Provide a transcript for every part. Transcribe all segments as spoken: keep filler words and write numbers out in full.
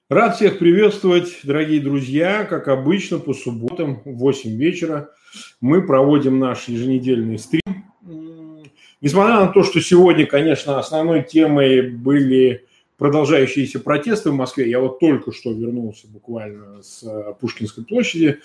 Рад всех приветствовать, дорогие друзья. Как обычно, по субботам в восемь вечера мы проводим наш еженедельный стрим. Несмотря на то, что сегодня, конечно, основной темой были продолжающиеся протесты в Москве, я вот только что вернулся буквально с Пушкинской площади,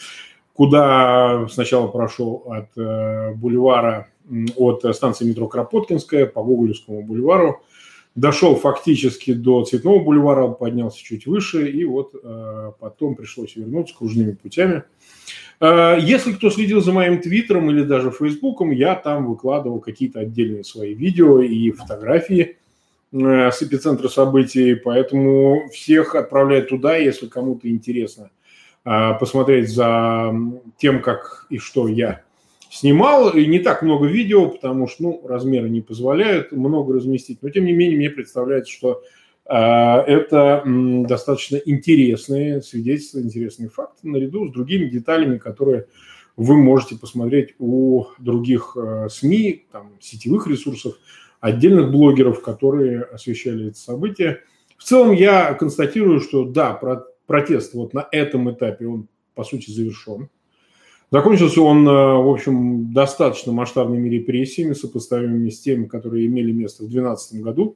куда сначала прошел от бульвара, от станции метро Кропоткинская по Гоголевскому бульвару, дошел фактически до Цветного бульвара, поднялся чуть выше, и вот э, потом пришлось вернуться кружными путями. Э, если кто следил за моим твиттером или даже фейсбуком, я там выкладывал какие-то отдельные свои видео и фотографии э, с эпицентра событий, поэтому всех отправляю туда, если кому-то интересно э, посмотреть за тем, как и что я снимал, и не так много видео, потому что ну, размеры не позволяют много разместить. Но, тем не менее, мне представляется, что э, это м, достаточно интересные свидетельства, интересные факты, наряду с другими деталями, которые вы можете посмотреть у других э, СМИ, там, сетевых ресурсов, отдельных блогеров, которые освещали это событие. В целом, я констатирую, что да, про- протест вот на этом этапе, он, по сути, завершен. Закончился он, в общем, достаточно масштабными репрессиями, сопоставимыми с теми, которые имели место в две тысячи двенадцатом году.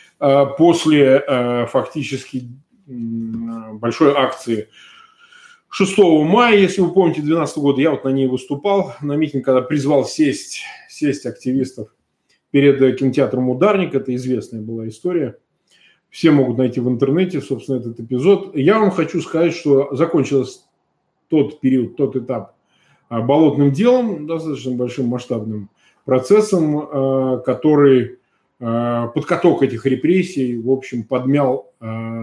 После фактически большой акции шестого мая, если вы помните, две тысячи двенадцатого года, я вот на ней выступал, на митинге, когда призвал сесть, сесть активистов перед кинотеатром «Ударник». Это известная была история. Все могут найти в интернете, собственно, этот эпизод. Я вам хочу сказать, что закончился тот период, тот этап болотным делом, достаточно большим масштабным процессом, который под каток этих репрессий, в общем, подмял,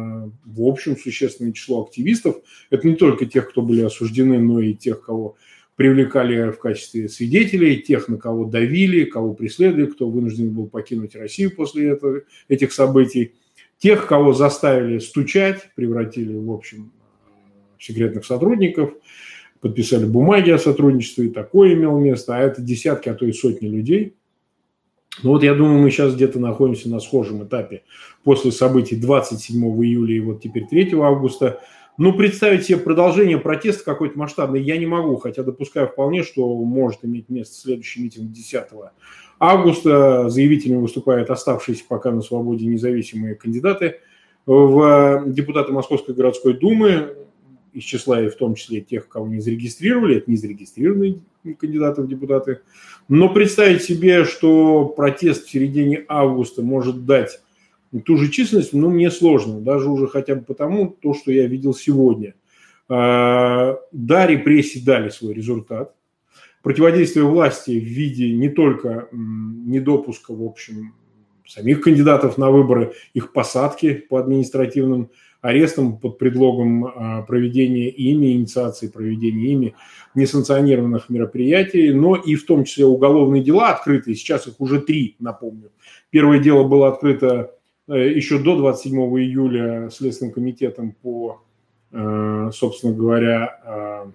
в общем, существенное число активистов. Это не только тех, кто были осуждены, но и тех, кого привлекали в качестве свидетелей, тех, на кого давили, кого преследовали, кто вынужден был покинуть Россию после этого, этих событий, тех, кого заставили стучать, превратили, в общем, в секретных сотрудников, подписали бумаги о сотрудничестве, и такое имело место, а это десятки, а то и сотни людей. Ну вот я думаю, мы сейчас где-то находимся на схожем этапе после событий двадцать седьмого июля и вот теперь третьего августа. Ну, представить себе продолжение протеста какой-то масштабный я не могу, хотя допускаю вполне, что может иметь место следующий митинг десятого августа. Заявителями выступают оставшиеся пока на свободе независимые кандидаты в депутаты Московской городской думы, из числа и в том числе тех, кого не зарегистрировали, это не зарегистрированные кандидаты в депутаты. Но представить себе, что протест в середине августа может дать ту же численность, ну, мне сложно, даже уже хотя бы потому, то, что я видел сегодня. Да, репрессии дали свой результат. Противодействие власти в виде не только недопуска, в общем, самих кандидатов на выборы, их посадки по административным арестом под предлогом проведения ими, инициации проведения ими несанкционированных мероприятий, но и в том числе уголовные дела открыты, сейчас их уже три, напомню. Первое дело было открыто еще до двадцать седьмого июля Следственным комитетом по, собственно говоря,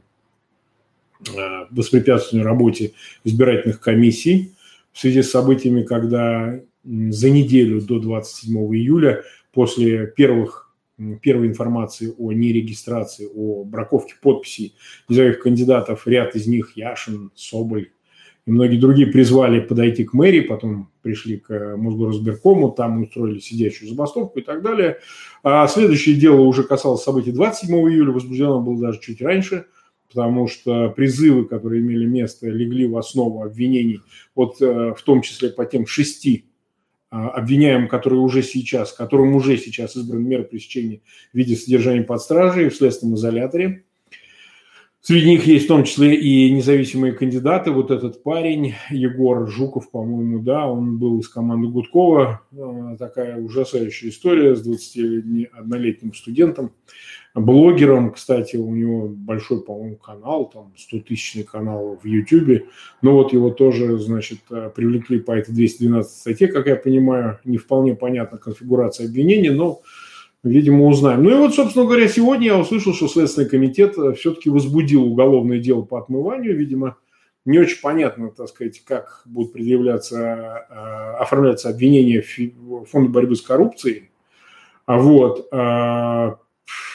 воспрепятствованию работе избирательных комиссий в связи с событиями, когда за неделю до двадцать седьмого июля после первых первой информации о нерегистрации, о браковке подписей независимых кандидатов, ряд из них, Яшин, Соболь и многие другие, призвали подойти к мэрии, потом пришли к Мосгоризбиркому, там устроили сидячую забастовку и так далее. А следующее дело уже касалось событий двадцать седьмого июля, возбуждено было даже чуть раньше, потому что призывы, которые имели место, легли в основу обвинений, вот в том числе по тем шести обвиняемым, которые уже сейчас, которым уже сейчас избрана мера пресечения в виде содержания под стражей в следственном изоляторе. Среди них есть в том числе и независимые кандидаты. Вот этот парень, Егор Жуков, по-моему, да, он был из команды Гудкова. Такая ужасающая история с двадцатиоднолетним студентом, блогером. Кстати, у него большой, по-моему, канал, там стотысячный канал в Ютьюбе. Но вот его тоже, значит, привлекли по этой двести двенадцатой статье, как я понимаю. Не вполне понятна конфигурация обвинения, но, видимо, узнаем. Ну и вот, собственно говоря, сегодня я услышал, что Следственный комитет все-таки возбудил уголовное дело по отмыванию. Видимо, не очень понятно, так сказать, как будут предъявляться, оформляться обвинения Фонда борьбы с коррупцией. Вот.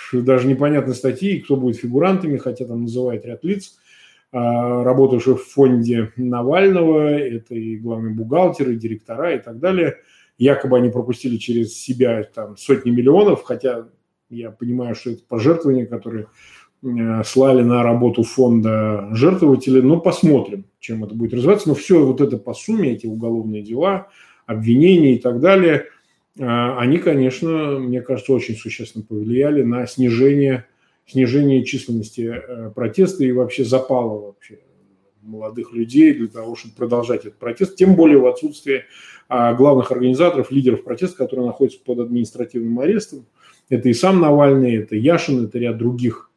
даже непонятной статьи, кто будет фигурантами, хотя там называют ряд лиц, работавших в фонде Навального, это и главный бухгалтер, и директора, и так далее. Якобы они пропустили через себя там сотни миллионов, хотя я понимаю, что это пожертвования, которые слали на работу фонда жертвователи. Но посмотрим, чем это будет развиваться. Но все вот это по сумме, эти уголовные дела, обвинения и так далее, они, конечно, мне кажется, очень существенно повлияли на снижение, снижение численности протеста и вообще запала вообще молодых людей для того, чтобы продолжать этот протест, тем более в отсутствии главных организаторов, лидеров протеста, которые находятся под административным арестом. Это и сам Навальный, это Яшин, это ряд других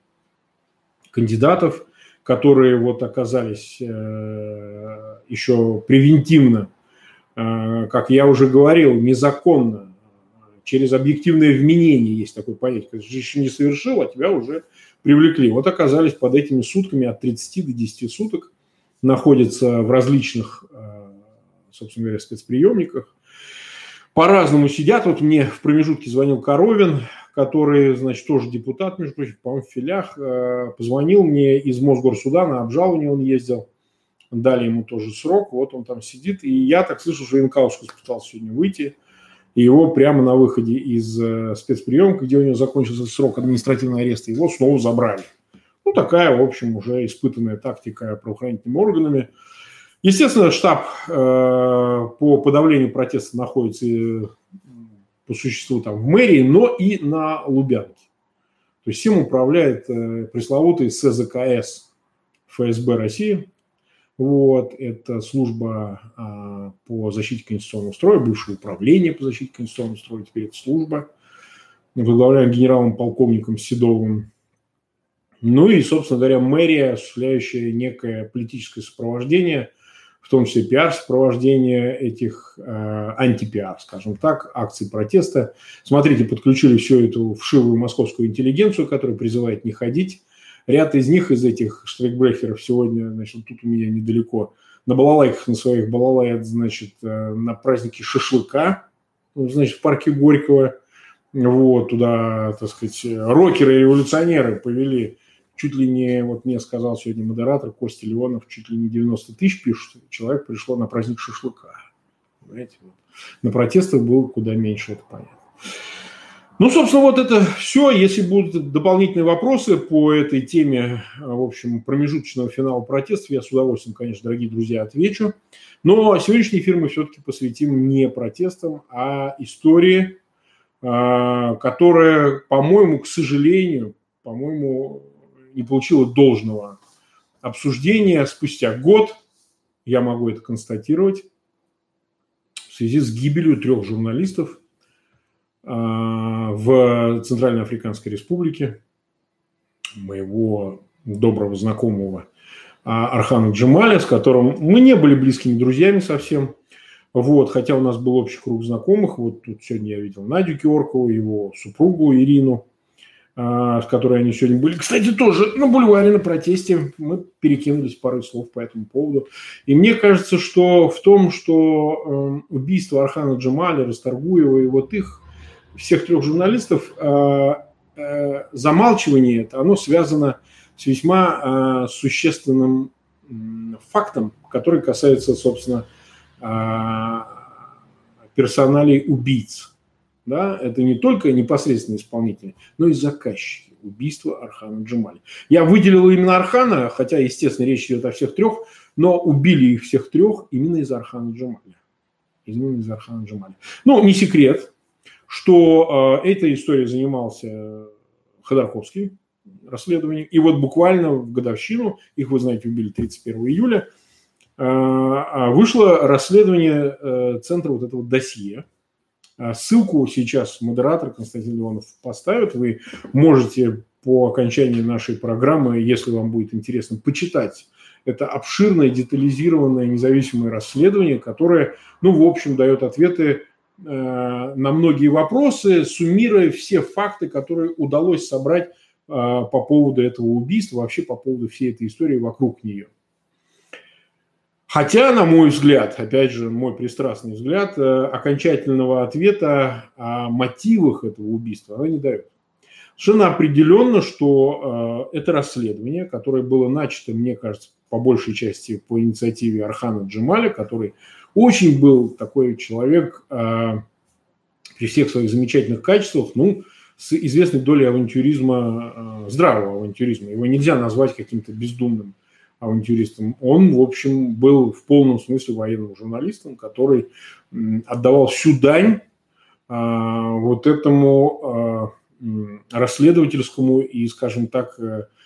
кандидатов, которые вот оказались э, еще превентивно, э, как я уже говорил, незаконно, через объективное вменение, есть такое понятие, когда ты еще не совершил, а тебя уже привлекли. Вот оказались под этими сутками от тридцати до десяти суток, находятся в различных, э, собственно говоря, спецприемниках. По-разному сидят. Вот мне в промежутке звонил Коровин, который, значит, тоже депутат, между прочим, по-моему, в филях, позвонил мне из Мосгорсуда, на обжалование он ездил, дали ему тоже срок, вот он там сидит, и я так слышу, что Янкаускас пытался сегодня выйти, и его прямо на выходе из спецприемка, где у него закончился срок административного ареста, его снова забрали. Ну, такая, в общем, уже испытанная тактика правоохранительными органами. Естественно, штаб э, по подавлению протеста находится э, по существу там в мэрии, но и на Лубянке. То есть всем управляет э, пресловутый эс зэ ка эс эф эс бэ России. Вот, это служба э, по защите конституционного строя, бывшее управление по защите конституционного строя, теперь это служба, возглавляем генералом-полковником Седовым. Ну и, собственно говоря, мэрия, осуществляющая некое политическое сопровождение, в том числе пиар-сопровождение этих э, антипиар, скажем так, акций протеста. Смотрите, подключили всю эту вшивую московскую интеллигенцию, которая призывает не ходить. Ряд из них, из этих штрейкбрехеров сегодня, значит, тут у меня недалеко, на балалайках на своих балалайках, значит, э, на празднике шашлыка, ну, значит, в парке Горького. Вот, туда, так сказать, рокеры и революционеры повели. Чуть ли не, вот мне сказал сегодня модератор Костя Леонов, чуть ли не девяносто тысяч пишут, человек пришло на праздник шашлыка. Понимаете? Вот. На протестах было куда меньше, это понятно. Ну, собственно, вот это все. Если будут дополнительные вопросы по этой теме, в общем, промежуточного финала протестов, я с удовольствием, конечно, дорогие друзья, отвечу. Но сегодняшний эфир мы все-таки посвятим не протестам, а истории, которая, по-моему, к сожалению, по-моему, не получила должного обсуждения. Спустя год, я могу это констатировать, в связи с гибелью трех журналистов в Центральноафриканской Республике, моего доброго знакомого Архана Джемаля, с которым мы не были близкими друзьями совсем. Вот, хотя у нас был общий круг знакомых. Вот тут сегодня я видел Надю Георгиеву, его супругу Ирину, с которой они сегодня были. Кстати, тоже на бульваре, на протесте мы перекинулись парой слов по этому поводу. И мне кажется, что в том, что убийство Архана Джемаля, Расторгуева и вот их, всех трех журналистов, замалчивание это, оно связано с весьма существенным фактом, который касается, собственно, персоналей убийц. Да, это не только непосредственно исполнители, но и заказчики убийства Архана Джемаля. Я выделил именно Архана, хотя, естественно, речь идет о всех трех, но убили их всех трех именно из Архана Джемаля. Именно из Архана Джемаля. Ну, не секрет, что э, этой историей занимался Ходорковский расследованием. И вот буквально в годовщину, их, вы знаете, убили тридцать первого июля, э, вышло расследование э, центра вот этого досье. Ссылку сейчас модератор Константин Леонов поставит. Вы можете по окончании нашей программы, если вам будет интересно, почитать. Это обширное, детализированное, независимое расследование, которое, ну, в общем, дает ответы э, на многие вопросы, суммируя все факты, которые удалось собрать э, по поводу этого убийства, вообще по поводу всей этой истории вокруг нее. Хотя, на мой взгляд, опять же, мой пристрастный взгляд, окончательного ответа о мотивах этого убийства она не дает. Совершенно определенно, что э, это расследование, которое было начато, мне кажется, по большей части по инициативе Орхана Джемаля, который очень был такой человек э, при всех своих замечательных качествах, ну, с известной долей авантюризма, э, здравого авантюризма. Его нельзя назвать каким-то бездумным авантюристом. Он, в общем, был в полном смысле военным журналистом, который э, отдавал всю дань э, вот этому... Э, расследовательскому и, скажем так,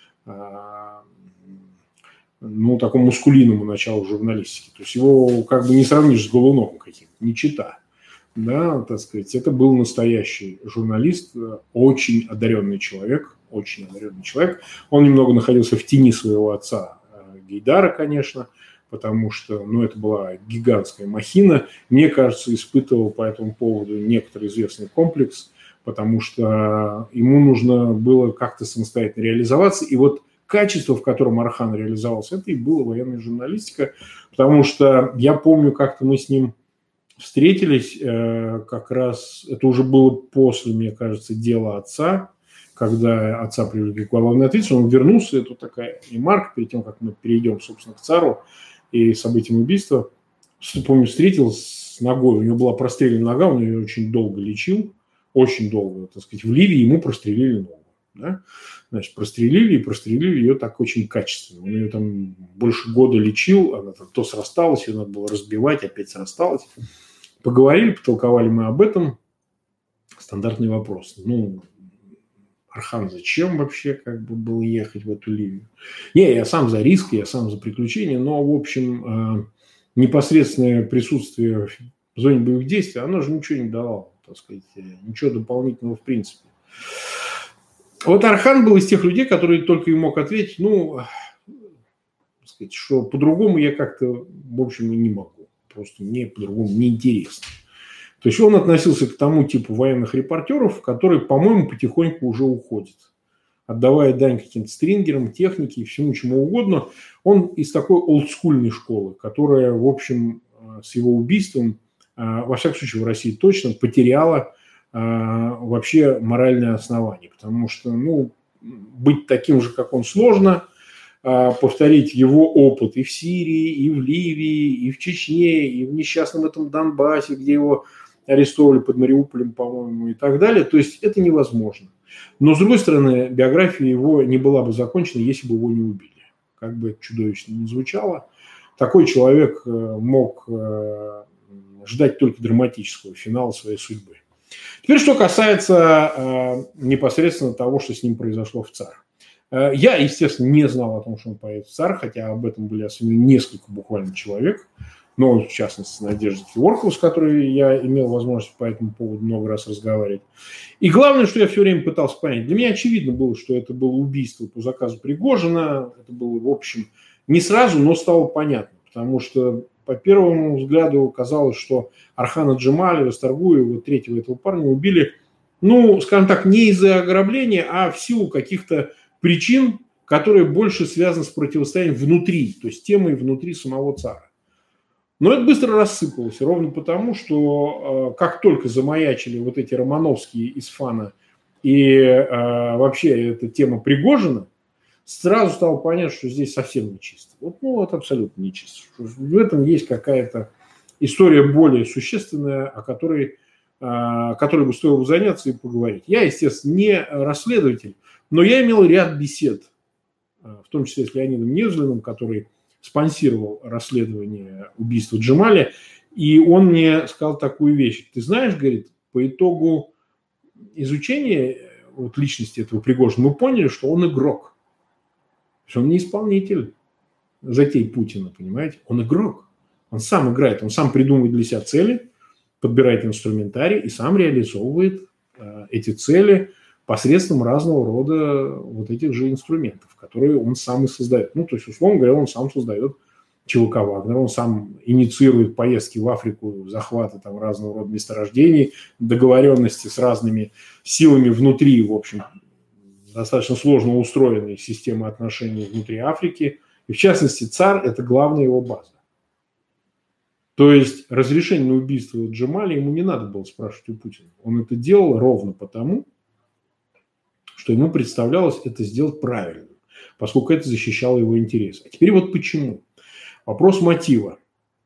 ну, такому мускулинному началу журналистики. То есть его как бы не сравнишь с Голуновым каким-то, не чита. Да, так сказать, это был настоящий журналист, очень одаренный человек, очень одаренный человек. Он немного находился в тени своего отца Гейдара, конечно, потому что, ну, это была гигантская махина. Мне кажется, испытывал по этому поводу некоторый известный комплекс, потому что ему нужно было как-то самостоятельно реализоваться. И вот качество, в котором Орхан реализовался, это и была военная журналистика, потому что я помню, как-то мы с ним встретились, как раз, это уже было после, мне кажется, дела отца, когда отца привлекли к уголовной ответственности, он вернулся, это такая ремарка, перед тем, как мы перейдем, собственно, к цару и событиям убийства. Помню, встретил с ногой, у него была прострелена нога, он ее очень долго лечил, очень долго, так сказать, в Ливии ему прострелили ногу. Да? Значит, прострелили и прострелили ее так очень качественно. Он ее там больше года лечил, она там то срасталась, ее надо было разбивать, опять срасталась. Поговорили, потолковали мы об этом. Стандартный вопрос. Ну, Орхан, зачем вообще как бы было ехать в эту Ливию? Не, я сам за риск, я сам за приключения, но, в общем, непосредственное присутствие в зоне боевых действий, оно же ничего не давало. Так сказать, ничего дополнительного в принципе. Вот Орхан был из тех людей, которые только и мог ответить, ну, так сказать, что по-другому я как-то, в общем, и не могу. Просто мне по-другому неинтересно. То есть он относился к тому типу военных репортеров, которые, по-моему, потихоньку уже уходят. Отдавая дань каким-то стрингерам, технике и всему чему угодно. Он из такой олдскульной школы, которая, в общем, с его убийством, во всяком случае, в России точно потеряла а, вообще моральное основание. Потому что, ну, быть таким же, как он, сложно. А, повторить его опыт и в Сирии, и в Ливии, и в Чечне, и в несчастном этом Донбассе, где его арестовали под Мариуполем, по-моему, и так далее. То есть это невозможно. Но, с другой стороны, биография его не была бы закончена, если бы его не убили. Как бы это чудовищно ни звучало. Такой человек мог ждать только драматического финала своей судьбы. Теперь, что касается э, непосредственно того, что с ним произошло в ЦАР. Э, я, естественно, не знал о том, что он поедет в ЦАР, хотя об этом были осведомлены несколько буквально человек, но, в частности, Надежда Киворкова, с которой я имел возможность по этому поводу много раз разговаривать. И главное, что я все время пытался понять, для меня очевидно было, что это было убийство по заказу Пригожина, это было, в общем, не сразу, но стало понятно, потому что по первому взгляду казалось, что Орхана Джемаля, Расторгуева, третьего этого парня убили, ну, скажем так, не из-за ограбления, а в силу каких-то причин, которые больше связаны с противостоянием внутри, то есть темой внутри самого цара. Но это быстро рассыпалось, ровно потому, что как только замаячили вот эти Романовские, Исфана и вообще эта тема Пригожина, сразу стало понятно, что здесь совсем не чисто. Вот, ну, вот абсолютно не чисто. В этом есть какая-то история более существенная, о которой, о которой бы стоило заняться и поговорить. Я, естественно, не расследователь, но я имел ряд бесед, в том числе с Леонидом Невзлиным, который спонсировал расследование убийства Джемаля, и он мне сказал такую вещь. Ты знаешь, говорит, по итогу изучения вот, личности этого Пригожина мы поняли, что он игрок. Он не исполнитель затей Путина, понимаете? Он игрок. Он сам играет, он сам придумывает для себя цели, подбирает инструментарий и сам реализовывает э, эти цели посредством разного рода вот этих же инструментов, которые он сам и создает. Ну, то есть, условно говоря, он сам создает ЧВК Вагнера, он сам инициирует поездки в Африку, захваты там разного рода месторождений, договоренности с разными силами внутри, в общем, достаточно сложно устроенной системы отношений внутри Африки. И в частности, ЦАР – это главная его база. То есть разрешение на убийство Джемаля ему не надо было спрашивать у Путина. Он это делал ровно потому, что что ему представлялось это сделать правильно, поскольку это защищало его интересы. А теперь вот почему. Вопрос мотива.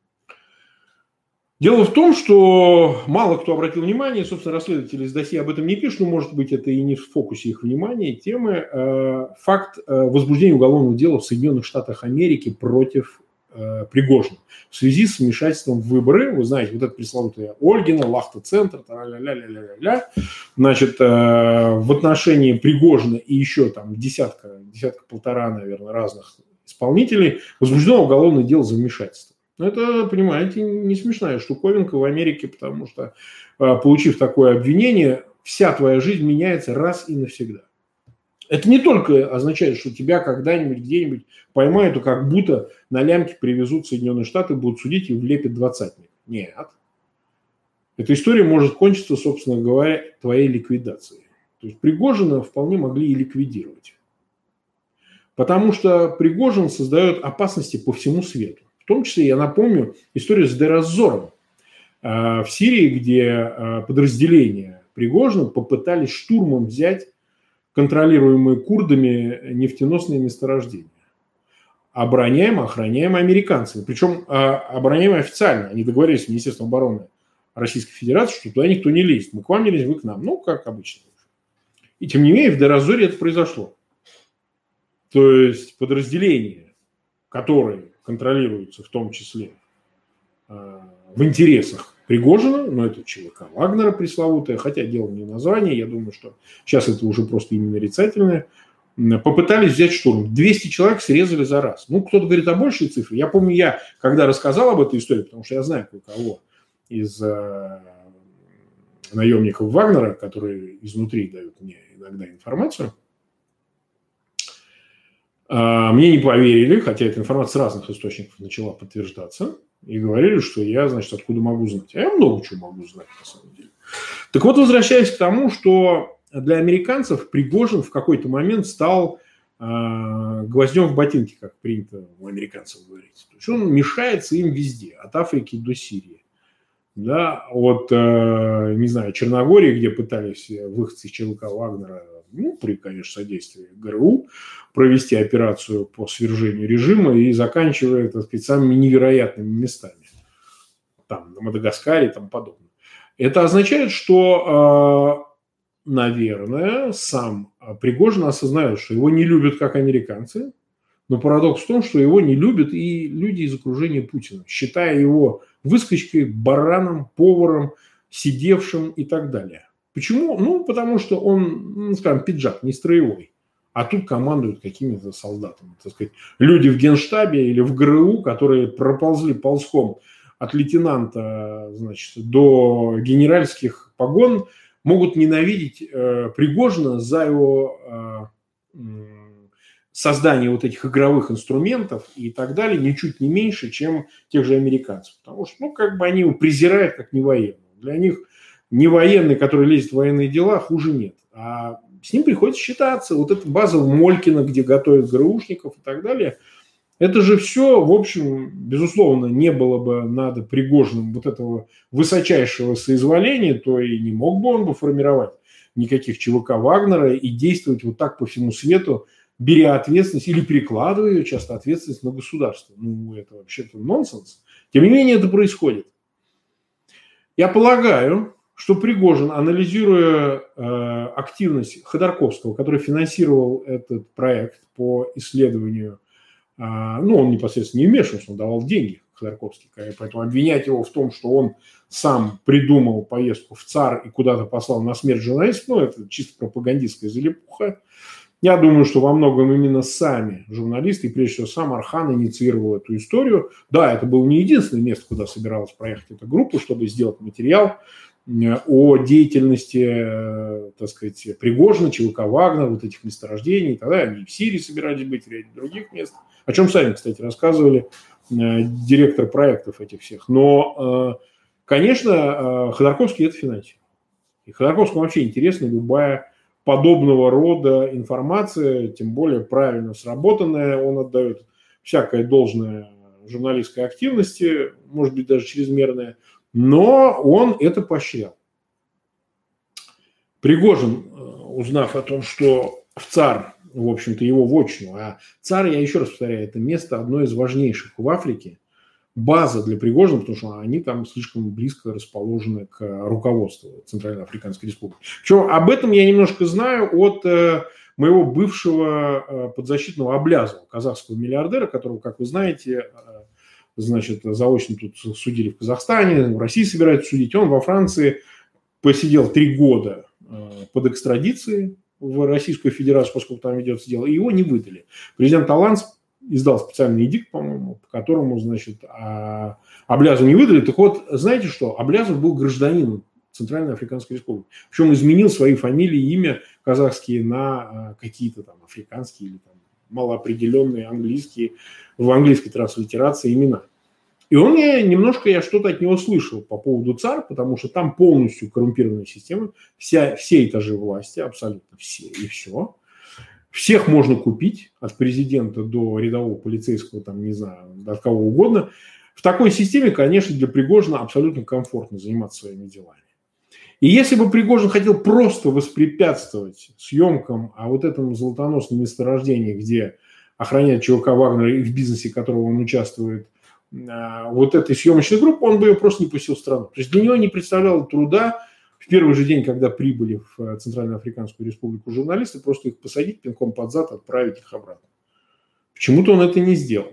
Дело в том, что мало кто обратил внимание, собственно, расследователи из досье об этом не пишут, но, может быть, это и не в фокусе их внимания, темы, э, факт э, возбуждения уголовного дела в Соединенных Штатах Америки против э, Пригожина в связи с вмешательством в выборы. Вы знаете, вот это пресловутая Ольгина, Лахта-центр, ля-ля-ля-ля-ля, значит, э, в отношении Пригожина и еще там десятка, десятка-полтора, наверное, разных исполнителей возбуждено уголовное дело за вмешательство. Это, понимаете, не смешная штуковинка в Америке, потому что, получив такое обвинение, вся твоя жизнь меняется раз и навсегда. Это не только означает, что тебя когда-нибудь где-нибудь поймают, и как будто на лямке привезут в Соединенные Штаты, будут судить и влепят двадцатник. Нет. Эта история может кончиться, собственно говоря, твоей ликвидацией. То есть Пригожина вполне могли и ликвидировать. Потому что Пригожин создает опасности по всему свету. В том числе, я напомню, историю с Дейр эз-Зором в Сирии, где подразделения Пригожина попытались штурмом взять контролируемые курдами нефтеносные месторождения. Обороняем, охраняем американцами. Причем обороняем официально. Они договорились с Министерством обороны Российской Федерации, что туда никто не лезет. Мы к вам не лезем, вы к нам. Ну, как обычно. И тем не менее, в Дейр эз-Зоре это произошло. То есть подразделения, которые контролируются в том числе э, в интересах Пригожина, но это ЧВК Вагнера пресловутое, хотя дело не в названии, я думаю, что сейчас это уже просто именно нарицательное, попытались взять штурм. двести человек срезали за раз. Ну, кто-то говорит о большей цифре. Я помню, я, когда рассказал об этой истории, потому что я знаю кое-кого из э, наемников Вагнера, которые изнутри дают мне иногда информацию, мне не поверили, хотя эта информация с разных источников начала подтверждаться, и говорили, что я, значит, откуда могу знать. А я много чего могу знать, на самом деле. Так вот, возвращаясь к тому, что для американцев Пригожин в какой-то момент стал э, гвоздем в ботинке, как принято у американцев говорить. То есть он мешается им везде, от Африки до Сирии. Да, от, э, не знаю, Черногории, где пытались выходцы из ЧВК Вагнера, ну, при, конечно, содействии ГРУ, провести операцию по свержению режима и заканчивая, так сказать, самыми невероятными местами. Там, на Мадагаскаре и тому подобное. Это означает, что, наверное, сам Пригожин осознает, что его не любят как американцы, но парадокс в том, что его не любят и люди из окружения Путина, считая его выскочкой, бараном, поваром, сидевшим и так далее. Почему? Ну, потому что он, ну, скажем, пиджак не строевой, а тут командуют какими-то солдатами. Так сказать, люди в Генштабе или в ГРУ, которые проползли ползком от лейтенанта, значит, до генеральских погон, могут ненавидеть э, Пригожина за его э, создание вот этих игровых инструментов и так далее, ничуть не меньше, чем тех же американцев. Потому что, ну, как бы они его презирают как невоенного. Для них не военный, который лезет в военные дела, хуже нет. А с ним приходится считаться. Вот эта база в Молькино, где готовят ГРУшников и так далее, это же все, в общем, безусловно, не было бы надо Пригожиным вот этого высочайшего соизволения, то и не мог бы он бы формировать никаких ЧВК Вагнера и действовать вот так по всему свету, беря ответственность или перекладывая ее часто ответственность на государство. Ну, это вообще-то нонсенс. Тем не менее, это происходит. Я полагаю, что Пригожин, анализируя э, активность Ходорковского, который финансировал этот проект по исследованию, э, ну, он непосредственно не вмешивался, он давал деньги Ходорковский, поэтому обвинять его в том, что он сам придумал поездку в ЦАР и куда-то послал на смерть журналистов, ну, это чисто пропагандистская залипуха. Я думаю, что во многом именно сами журналисты, и прежде всего сам Архан инициировал эту историю. Да, это было не единственное место, куда собиралась проехать эта группа, чтобы сделать материал о деятельности, так сказать, Пригожина, ЧВК Вагнера, вот этих месторождений. Тогда они и в Сирии собирались быть, в ряде других мест. О чем сами, кстати, рассказывали директор проектов этих всех. Но, конечно, Ходорковский это финансирует. И Ходорковскому вообще интересна любая подобного рода информация, тем более правильно сработанная. Он отдает всякое должное журналистской активности, может быть, даже чрезмерное, но он это поощрял. Пригожин, узнав о том, что в ЦАР, в общем-то, его вотчину, а ЦАР, я еще раз повторяю, это место одно из важнейших в Африке, база для Пригожина, потому что они там слишком близко расположены к руководству Центральноафриканской Республики. Причем об этом я немножко знаю от э, моего бывшего э, подзащитного Аблязова, казахского миллиардера, которого, как вы знаете, э, значит, заочно тут судили в Казахстане, в России собираются судить. Он во Франции посидел три года э, под экстрадицией в Российскую Федерацию, поскольку там ведется дело, и его не выдали. Президент Олланд издал специальный эдикт, по-моему, по которому, значит, а, Аблязову не выдали. Так вот, знаете что? Аблязов был гражданином Центральной Африканской Республики. Причем изменил свои фамилии и имя казахские на а, какие-то там африканские или там малоопределенные английские, в английской транслитерации имена. И он мне немножко, я что-то от него слышал по поводу ЦАР, потому что там полностью коррумпированная система, вся, все этажи власти, абсолютно все и все. Всех можно купить, от президента до рядового полицейского, там, не знаю, от кого угодно. В такой системе, конечно, для Пригожина абсолютно комфортно заниматься своими делами. И если бы Пригожин хотел просто воспрепятствовать съемкам о вот этом золотоносном месторождении, где охраняет ЧВК Вагнера и в бизнесе которого он участвует, вот этой съемочной группы, он бы ее просто не пустил в страну. То есть для него не представляло труда в первый же день, когда прибыли в Центральноафриканскую Республику журналисты, просто их посадить пинком под зад, отправить их обратно. Почему-то он это не сделал.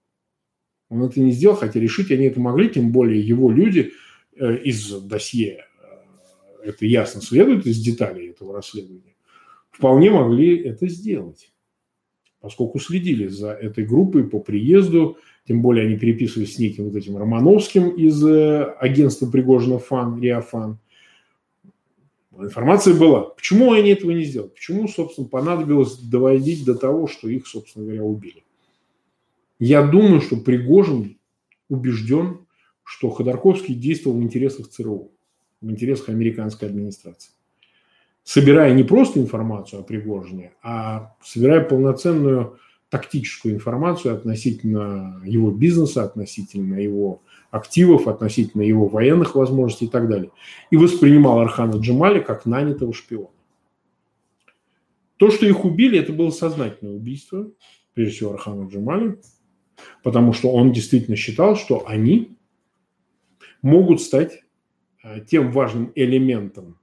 Он это не сделал, хотя решить они это могли, тем более его люди из досье, это ясно следует из деталей этого расследования, вполне могли это сделать, поскольку следили за этой группой по приезду, тем более они переписывались с неким вот этим Романовским из агентства Пригожина ФАН, Риафан. Информация была. Почему они этого не сделали? Почему, собственно, понадобилось доводить до того, что их, собственно говоря, убили? Я думаю, что Пригожин убежден, что Ходорковский действовал в интересах ЦРУ, в интересах американской администрации. Собирая не просто информацию о Пригожине, а собирая полноценную тактическую информацию относительно его бизнеса, относительно его активов, относительно его военных возможностей и так далее. И воспринимал Орхана Джемали как нанятого шпиона. То, что их убили, это было сознательное убийство, прежде всего Орхана Джемали, потому что он действительно считал, что они могут стать тем важным элементом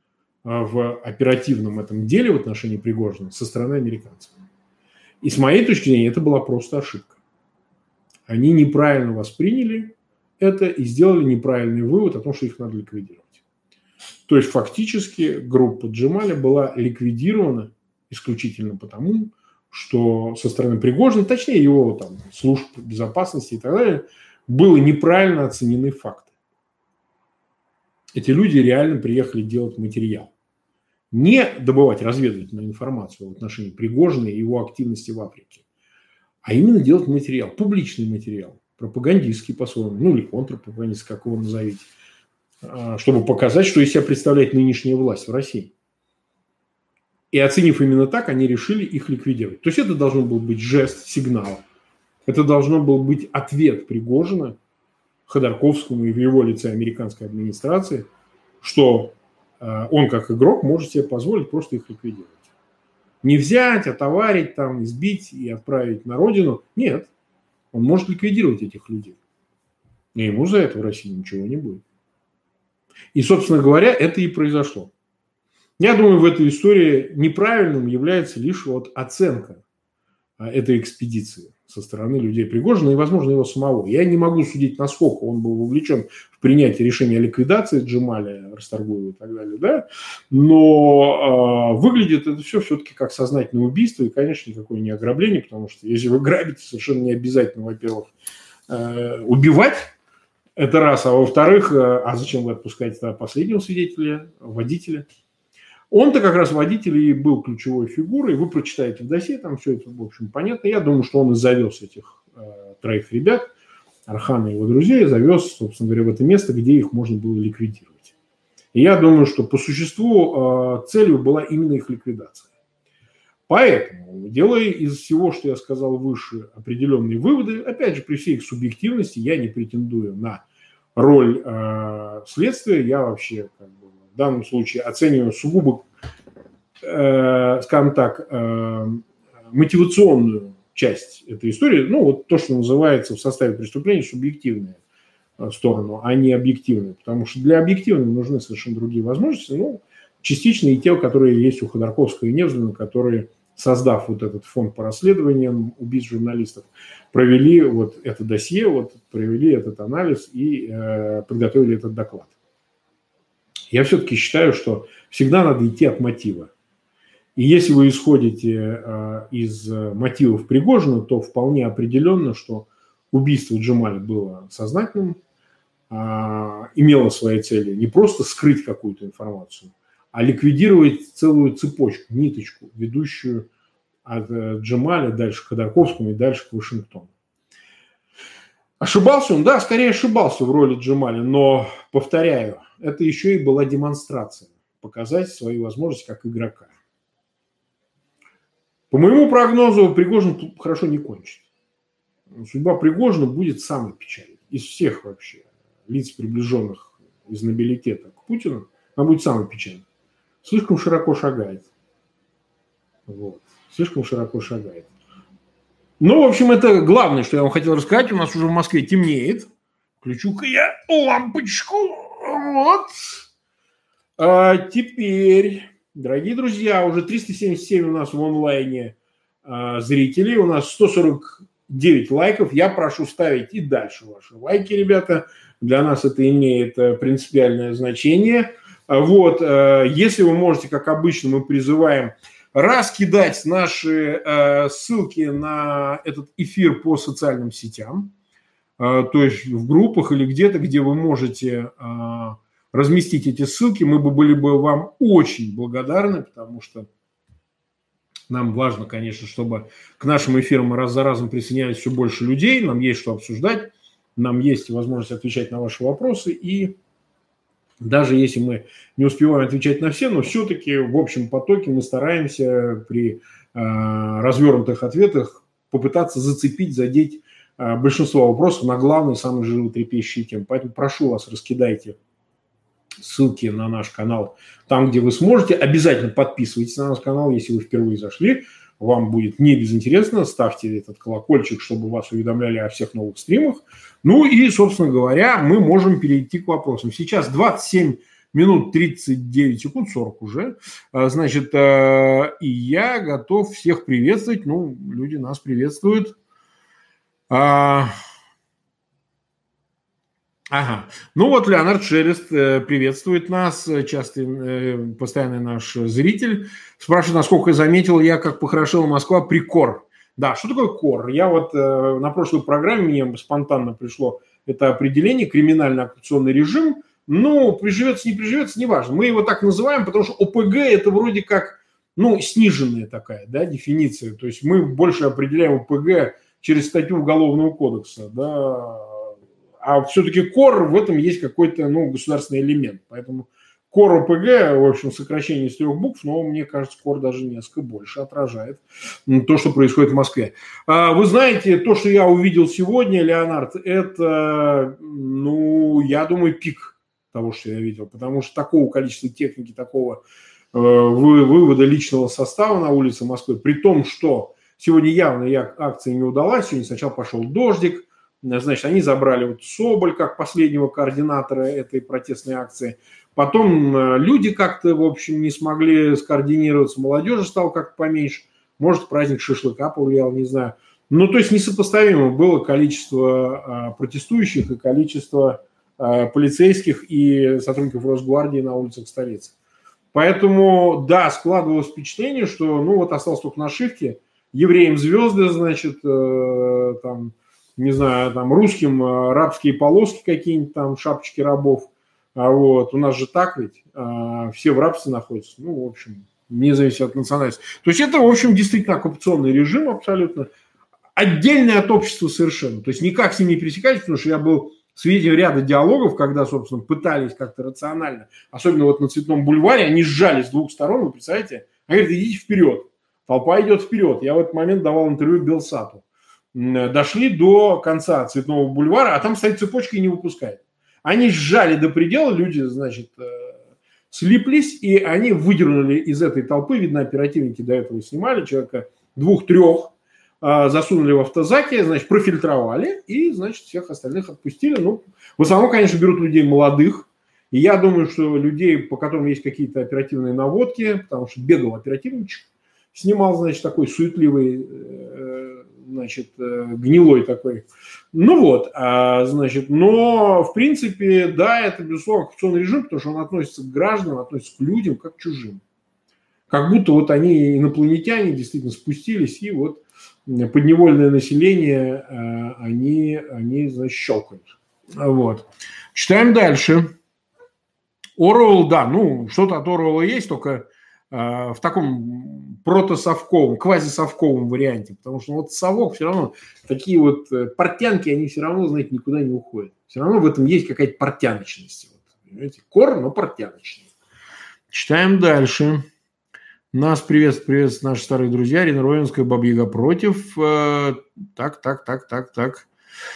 в оперативном этом деле в отношении Пригожина со стороны американцев. И с моей точки зрения это была просто ошибка. Они неправильно восприняли это и сделали неправильный вывод о том, что их надо ликвидировать. То есть фактически группа Джемали была ликвидирована исключительно потому, что со стороны Пригожина, точнее его там, служб безопасности и так далее, было неправильно оценены факты. Эти люди реально приехали делать материал. Не добывать разведывательную информацию в отношении Пригожина и его активности в Африке, а именно делать материал, публичный материал, пропагандистский по-своему, ну или контрпропагандистский, как его назовите, чтобы показать, что из себя представляет нынешняя власть в России. И оценив именно так, они решили их ликвидировать. То есть это должен был быть жест, сигнал. Это должно был быть ответ Пригожина Ходорковскому и в его лице американской администрации, что он как игрок может себе позволить просто их ликвидировать. Не взять, отоварить, там, избить и отправить на родину. Нет. Он может ликвидировать этих людей. И ему за это в России ничего не будет. И, собственно говоря, это и произошло. Я думаю, в этой истории неправильным является лишь вот оценка этой экспедиции со стороны людей Пригожина и, возможно, его самого. Я не могу судить, насколько он был вовлечен в принятие решения о ликвидации Джемали, Расторгуева и так далее, да? Но э, выглядит это все все-таки как сознательное убийство и, конечно, никакое не ограбление, потому что если вы грабите, совершенно не обязательно, во-первых, э, убивать, это раз, а во-вторых, э, а зачем вы отпускаете последнего свидетеля, водителя? Он-то как раз водитель и был ключевой фигурой. Вы прочитаете в досье, там все это, в общем, понятно. Я думаю, что он и завез этих э, троих ребят, Орхана и его друзей, завез, собственно говоря, в это место, где их можно было ликвидировать. И я думаю, что по существу э, целью была именно их ликвидация. Поэтому, делая из всего, что я сказал выше, определенные выводы, опять же, при всей их субъективности, я не претендую на роль э, следствия, я вообще как бы в данном случае оцениваю сугубо э, скажем так, э, мотивационную часть этой истории, ну, вот то, что называется в составе преступления субъективная сторону, а не объективную, потому что для объективной нужны совершенно другие возможности, ну, частично и те, которые есть у Ходорковского и Невзлина, которые, создав вот этот фонд по расследованиям убийств журналистов, провели вот это досье, вот провели этот анализ и э, подготовили этот доклад. Я все-таки считаю, что всегда надо идти от мотива. И если вы исходите э, из мотивов Пригожина, то вполне определенно, что убийство Джемаля было сознательным, э, имело своей целью не просто скрыть какую-то информацию, а ликвидировать целую цепочку, ниточку, ведущую от э, Джемаля дальше к Ходорковскому и дальше к Вашингтону. Ошибался он? Да, скорее ошибался в роли Джемаля, но, повторяю, это еще и была демонстрация, показать свои возможности как игрока. По моему прогнозу, Пригожин хорошо не кончит. Судьба Пригожина будет самой печальной из всех вообще лиц, приближенных из нобилитета к Путину, она будет самой печальной. Слишком широко шагает. Вот. Слишком широко шагает. Ну, в общем, это главное, что я вам хотел рассказать. У нас уже в Москве темнеет. Включу-ка я лампочку. Вот. А теперь, дорогие друзья, уже триста семьдесят семь у нас в онлайне а, зрителей. У нас сто сорок девять лайков. Я прошу ставить и дальше ваши лайки, ребята. Для нас это имеет принципиальное значение. Вот. Если вы можете, как обычно, мы призываем раскидать наши э, ссылки на этот эфир по социальным сетям, э, то есть в группах или где-то, где вы можете э, разместить эти ссылки, мы бы были бы вам очень благодарны, потому что нам важно, конечно, чтобы к нашим эфирам раз за разом присоединялись все больше людей, нам есть что обсуждать, нам есть возможность отвечать на ваши вопросы, и даже если мы не успеваем отвечать на все, но все-таки в общем потоке мы стараемся при э, развернутых ответах попытаться зацепить, задеть э, большинство вопросов на главные, самые животрепещущие темы. Поэтому прошу вас, раскидайте ссылки на наш канал там, где вы сможете. Обязательно подписывайтесь на наш канал, если вы впервые зашли. Вам будет не безинтересно. Ставьте этот колокольчик, чтобы вас уведомляли о всех новых стримах. Ну и, собственно говоря, мы можем перейти к вопросам. Сейчас двадцать семь минут тридцать девять секунд, сорок уже. Значит, и я готов всех приветствовать. Ну, люди нас приветствуют. Ага. Ну вот Леонард Шелест приветствует нас, частый, постоянный наш зритель. Спрашивает, насколько я заметил, я как похорошела Москва при КОР. Да, что такое КОР? Я вот на прошлой программе, мне спонтанно пришло это определение, криминально-оккупационный режим. Ну, приживется, не приживется, неважно. Мы его так называем, потому что ОПГ это вроде как, ну, сниженная такая, да, дефиниция. То есть мы больше определяем ОПГ через статью Уголовного кодекса, да. А все-таки КОР, в этом есть какой-то, ну, государственный элемент. Поэтому КОР ОПГ, в общем, сокращение из трех букв, но мне кажется, КОР даже несколько больше отражает то, что происходит в Москве. Вы знаете, то, что я увидел сегодня, Леонард, это, ну, я думаю, пик того, что я видел. Потому что такого количества техники, такого вывода личного состава на улице Москвы, при том, что сегодня явно акция не удалась, сегодня сначала пошел дождик, значит, они забрали вот Соболь как последнего координатора этой протестной акции. Потом люди как-то, в общем, не смогли скоординироваться, молодежи стало как-то поменьше. Может, праздник шашлыка повлиял, не знаю. Ну, то есть несопоставимо было количество протестующих и количество полицейских и сотрудников Росгвардии на улицах столицы. Поэтому, да, складывалось впечатление, что, ну, вот осталось только нашивки. Евреям звезды, значит, там... не знаю, там русским рабские полоски какие-нибудь, там шапочки рабов. А вот у нас же так ведь, а, все в рабстве находятся. Ну, в общем, вне зависимости от национальности. То есть это, в общем, действительно оккупационный режим абсолютно. Отдельный от общества совершенно. То есть никак с ним не пересекались, потому что я был свидетелем ряда диалогов, когда, собственно, пытались как-то рационально, особенно вот на Цветном бульваре, они сжались с двух сторон, вы представляете? Они говорят, идите вперед. Толпа идет вперед. Я в этот момент давал интервью Белсату. Дошли до конца Цветного бульвара, а там стоит цепочка и не выпускает. Они сжали до предела, люди, значит, слиплись, и они выдернули из этой толпы, видно, оперативники до этого снимали, человека двух-трех, засунули в автозаки, значит, профильтровали, и, значит, всех остальных отпустили. Ну, в основном, конечно, берут людей молодых, и я думаю, что людей, по которым есть какие-то оперативные наводки, потому что бегал оперативничек, снимал, значит, такой суетливый, значит, гнилой такой. Ну вот, а, значит, но, в принципе, да, это, безусловно, оккупационный режим, потому что он относится к гражданам, относится к людям, как к чужим. Как будто вот они, инопланетяне, действительно спустились, и вот подневольное население, они, они, значит, щелкают. Вот. Читаем дальше. Оруэлл, да, ну, что-то от Оруэлла есть, только э, в таком протосовковом, квазисовковом варианте, потому что вот совок все равно, такие вот портянки, они все равно, знаете, никуда не уходят. Все равно в этом есть какая-то портяночность. Вот, понимаете? Кор, но портяночный. Читаем дальше. Нас приветствуют, приветствуют наши старые друзья. Ирина Ровенская, Баба-Яга против. Э, так, так, так, так, так.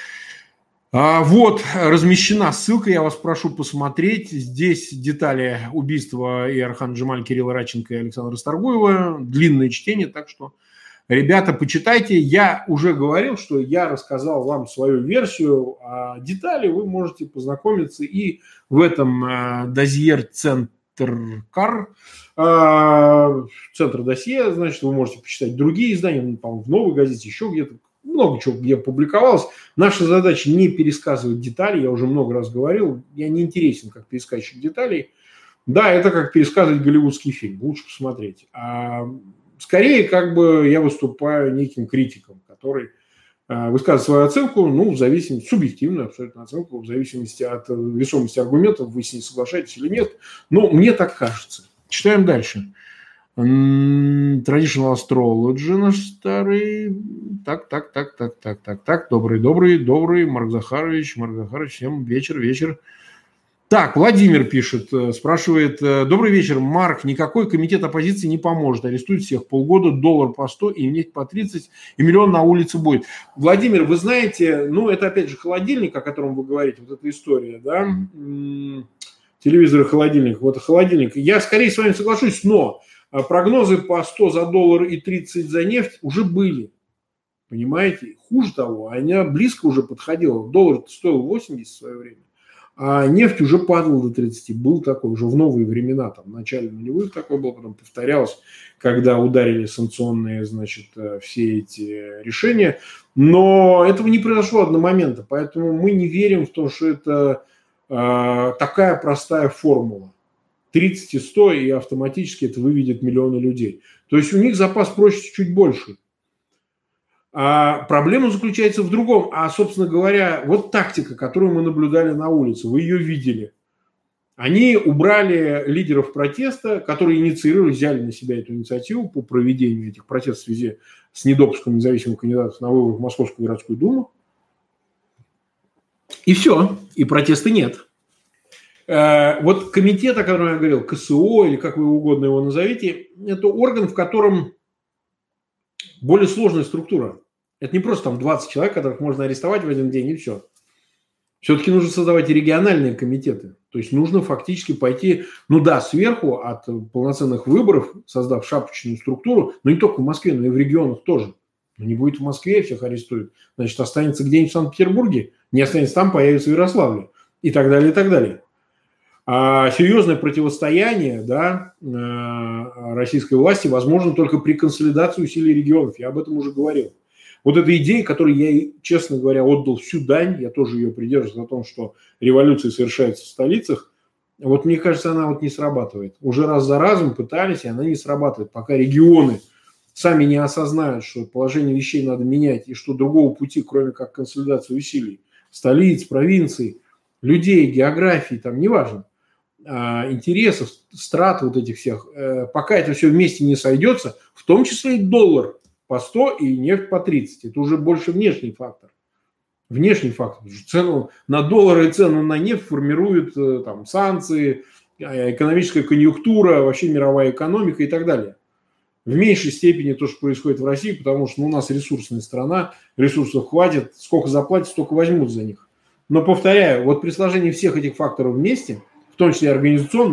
А, вот, размещена ссылка, я вас прошу посмотреть. Здесь детали убийства и Орхан Джемаль, Кирилла Радченко и Александра Старгуева. Длинное чтение, так что, ребята, почитайте. Я уже говорил, что я рассказал вам свою версию. А детали вы можете познакомиться и в этом э, дозьер-центр Кар, э, центр досье, значит, вы можете почитать другие издания, ну, по-моему, в «Новой газете», еще где-то. Много чего где публиковалось. Наша задача не пересказывать детали, я уже много раз говорил, я не интересен как пересказчик деталей. Да, это как пересказывать голливудский фильм, лучше посмотреть. А скорее, как бы я выступаю неким критиком, который высказывает свою оценку, ну, в зависимости, субъективную абсолютно оценку, в зависимости от весомости аргументов, вы с ней соглашаетесь или нет. Но мне так кажется. Читаем дальше. Traditional Astrology наш старый. Так, так, так, так, так, так, так. Добрый, добрый, добрый. Марк Захарович, Марк Захарович, всем вечер, вечер. Так, Владимир пишет, спрашивает. Добрый вечер, Марк. Никакой комитет оппозиции не поможет. Арестуют всех полгода, доллар по сто и нефть по тридцать, и миллион на улице будет. Владимир, вы знаете, ну, это опять же холодильник, о котором вы говорите, вот эта история, да? Телевизор и холодильник. Вот холодильник. Я скорее с вами соглашусь, но прогнозы по сто за доллар и тридцать за нефть уже были. Понимаете? Хуже того, она близко уже подходила. Доллар стоил восемьдесят в свое время, а нефть уже падала до тридцати. Был такой уже в новые времена, там, в начале нулевых такой был, потом повторялось, когда ударили санкционные, значит, все эти решения. Но этого не произошло одномоментно, поэтому мы не верим в то, что это э, такая простая формула. тридцать и сто, и автоматически это выведет миллионы людей. То есть у них запас прочности чуть больше. А проблема заключается в другом. А, собственно говоря, вот тактика, которую мы наблюдали на улице, вы ее видели. Они убрали лидеров протеста, которые инициировали, взяли на себя эту инициативу по проведению этих протестов в связи с недопуском независимых кандидатов на выборы в Московскую городскую думу. И все. И протеста нет. Вот комитет, о котором я говорил, ка эс о, или как вы угодно его назовите, это орган, в котором более сложная структура. Это не просто там двадцать человек, которых можно арестовать в один день, и все. Все-таки нужно создавать и региональные комитеты. То есть нужно фактически пойти, ну да, сверху от полноценных выборов, создав шапочную структуру, но не только в Москве, но и в регионах тоже. Но не будет в Москве, всех арестуют. Значит, останется где-нибудь в Санкт-Петербурге, не останется там, появится в Ярославле. И так далее, и так далее. А серьезное противостояние, да, российской власти возможно только при консолидации усилий регионов. Я об этом уже говорил. Вот эта идея, которой я, честно говоря, отдал всю дань, я тоже ее придерживаюсь о том, что революции совершаются в столицах, вот мне кажется, она вот не срабатывает. Уже раз за разом пытались, и она не срабатывает. Пока регионы сами не осознают, что положение вещей надо менять, и что другого пути, кроме как консолидации усилий столиц, провинций, людей, географии, там, неважно, интересов, страт вот этих всех, пока это все вместе не сойдется, в том числе и доллар по сто и нефть по тридцать. Это уже больше внешний фактор. Внешний фактор. Цену на доллар и цену на нефть формируют там, санкции, экономическая конъюнктура, вообще мировая экономика и так далее. В меньшей степени то, что происходит в России, потому что ну, у нас ресурсная страна, ресурсов хватит, сколько заплатят, столько возьмут за них. Но повторяю, вот при сложении всех этих факторов вместе, в том числе и организационных,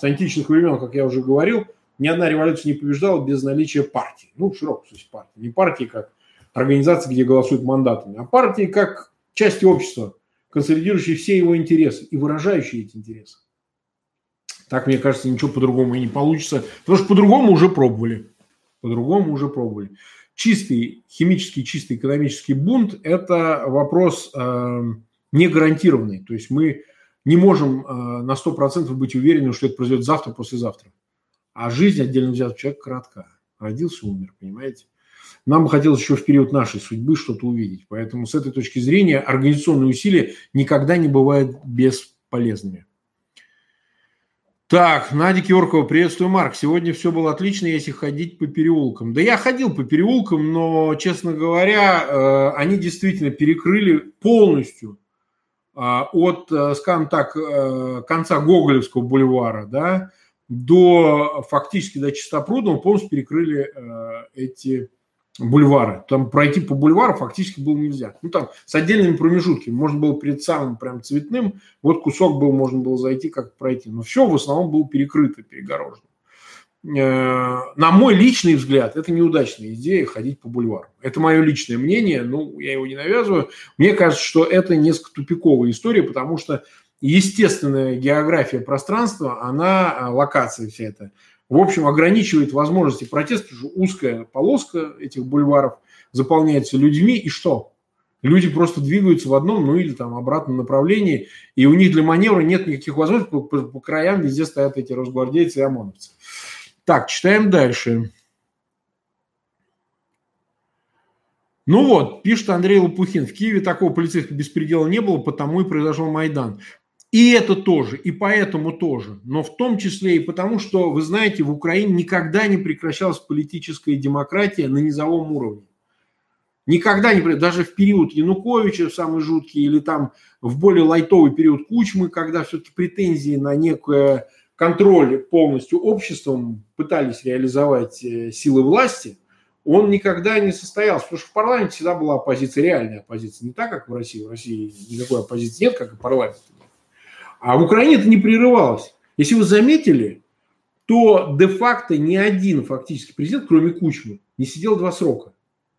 с античных времен, как я уже говорил, ни одна революция не побеждала без наличия партии. Ну, в широком смысле партии. Не партии как организации, где голосуют мандатами, а партии как части общества, консолидирующие все его интересы и выражающие эти интересы. Так, мне кажется, ничего по-другому и не получится, потому что по-другому уже пробовали. По-другому уже пробовали. Чистый, химический, чистый экономический бунт – это вопрос э, не гарантированный. То есть мы не можем э, на сто процентов быть уверены, что это произойдет завтра, послезавтра. А жизнь отдельно взятого человека коротка. Родился, умер, понимаете? Нам бы хотелось еще в период нашей судьбы что-то увидеть. Поэтому с этой точки зрения организационные усилия никогда не бывают бесполезными. Так, Надя Киоркова, приветствую, Марк. Сегодня все было отлично, если ходить по переулкам. Да я ходил по переулкам, но, честно говоря, они действительно перекрыли полностью от, скажем так, конца Гоголевского бульвара, да, до фактически до Чистопрудного полностью перекрыли эти бульвары. Там пройти по бульвару фактически было нельзя. Ну, там с отдельными промежутками. Можно было перед самым прям цветным, вот кусок был, можно было зайти, как пройти. Но все в основном было перекрыто, перегорожено. На мой личный взгляд, это неудачная идея ходить по бульвару. Это мое личное мнение, ну, я его не навязываю. Мне кажется, что это несколько тупиковая история, потому что естественная география пространства, она, локация вся эта, в общем, ограничивает возможности протеста, потому что узкая полоска этих бульваров заполняется людьми, и что? Люди просто двигаются в одном, ну или там обратном направлении, и у них для маневра нет никаких возможностей, по, по, по краям везде стоят эти росгвардейцы и ОМОНовцы. Так, читаем дальше. Ну вот, пишет Андрей Лопухин, в Киеве такого полицейского беспредела не было, потому и произошел Майдан. И это тоже, и поэтому тоже. Но в том числе и потому, что, вы знаете, в Украине никогда не прекращалась политическая демократия на низовом уровне. Никогда не, даже в период Януковича, самый жуткий, или там в более лайтовый период Кучмы, когда все-таки претензии на некий контроль полностью обществом пытались реализовать силы власти, он никогда не состоялся. Потому что в парламенте всегда была оппозиция, реальная оппозиция. Не так, как в России. В России никакой оппозиции нет, как и в парламенте. А в Украине это не прерывалось. Если вы заметили, то де-факто ни один фактически президент, кроме Кучмы, не сидел два срока.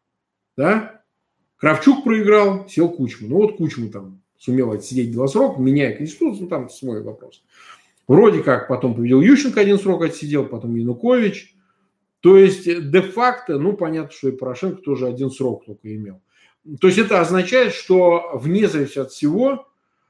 Да? Кравчук проиграл, сел Кучма. Ну вот Кучма там сумел отсидеть два срока, меняя Конституцию, ну там свой вопрос. Вроде как потом победил Ющенко, один срок отсидел, потом Янукович. То есть де-факто, ну понятно, что и Порошенко тоже один срок только имел. То есть это означает, что вне зависимости от всего,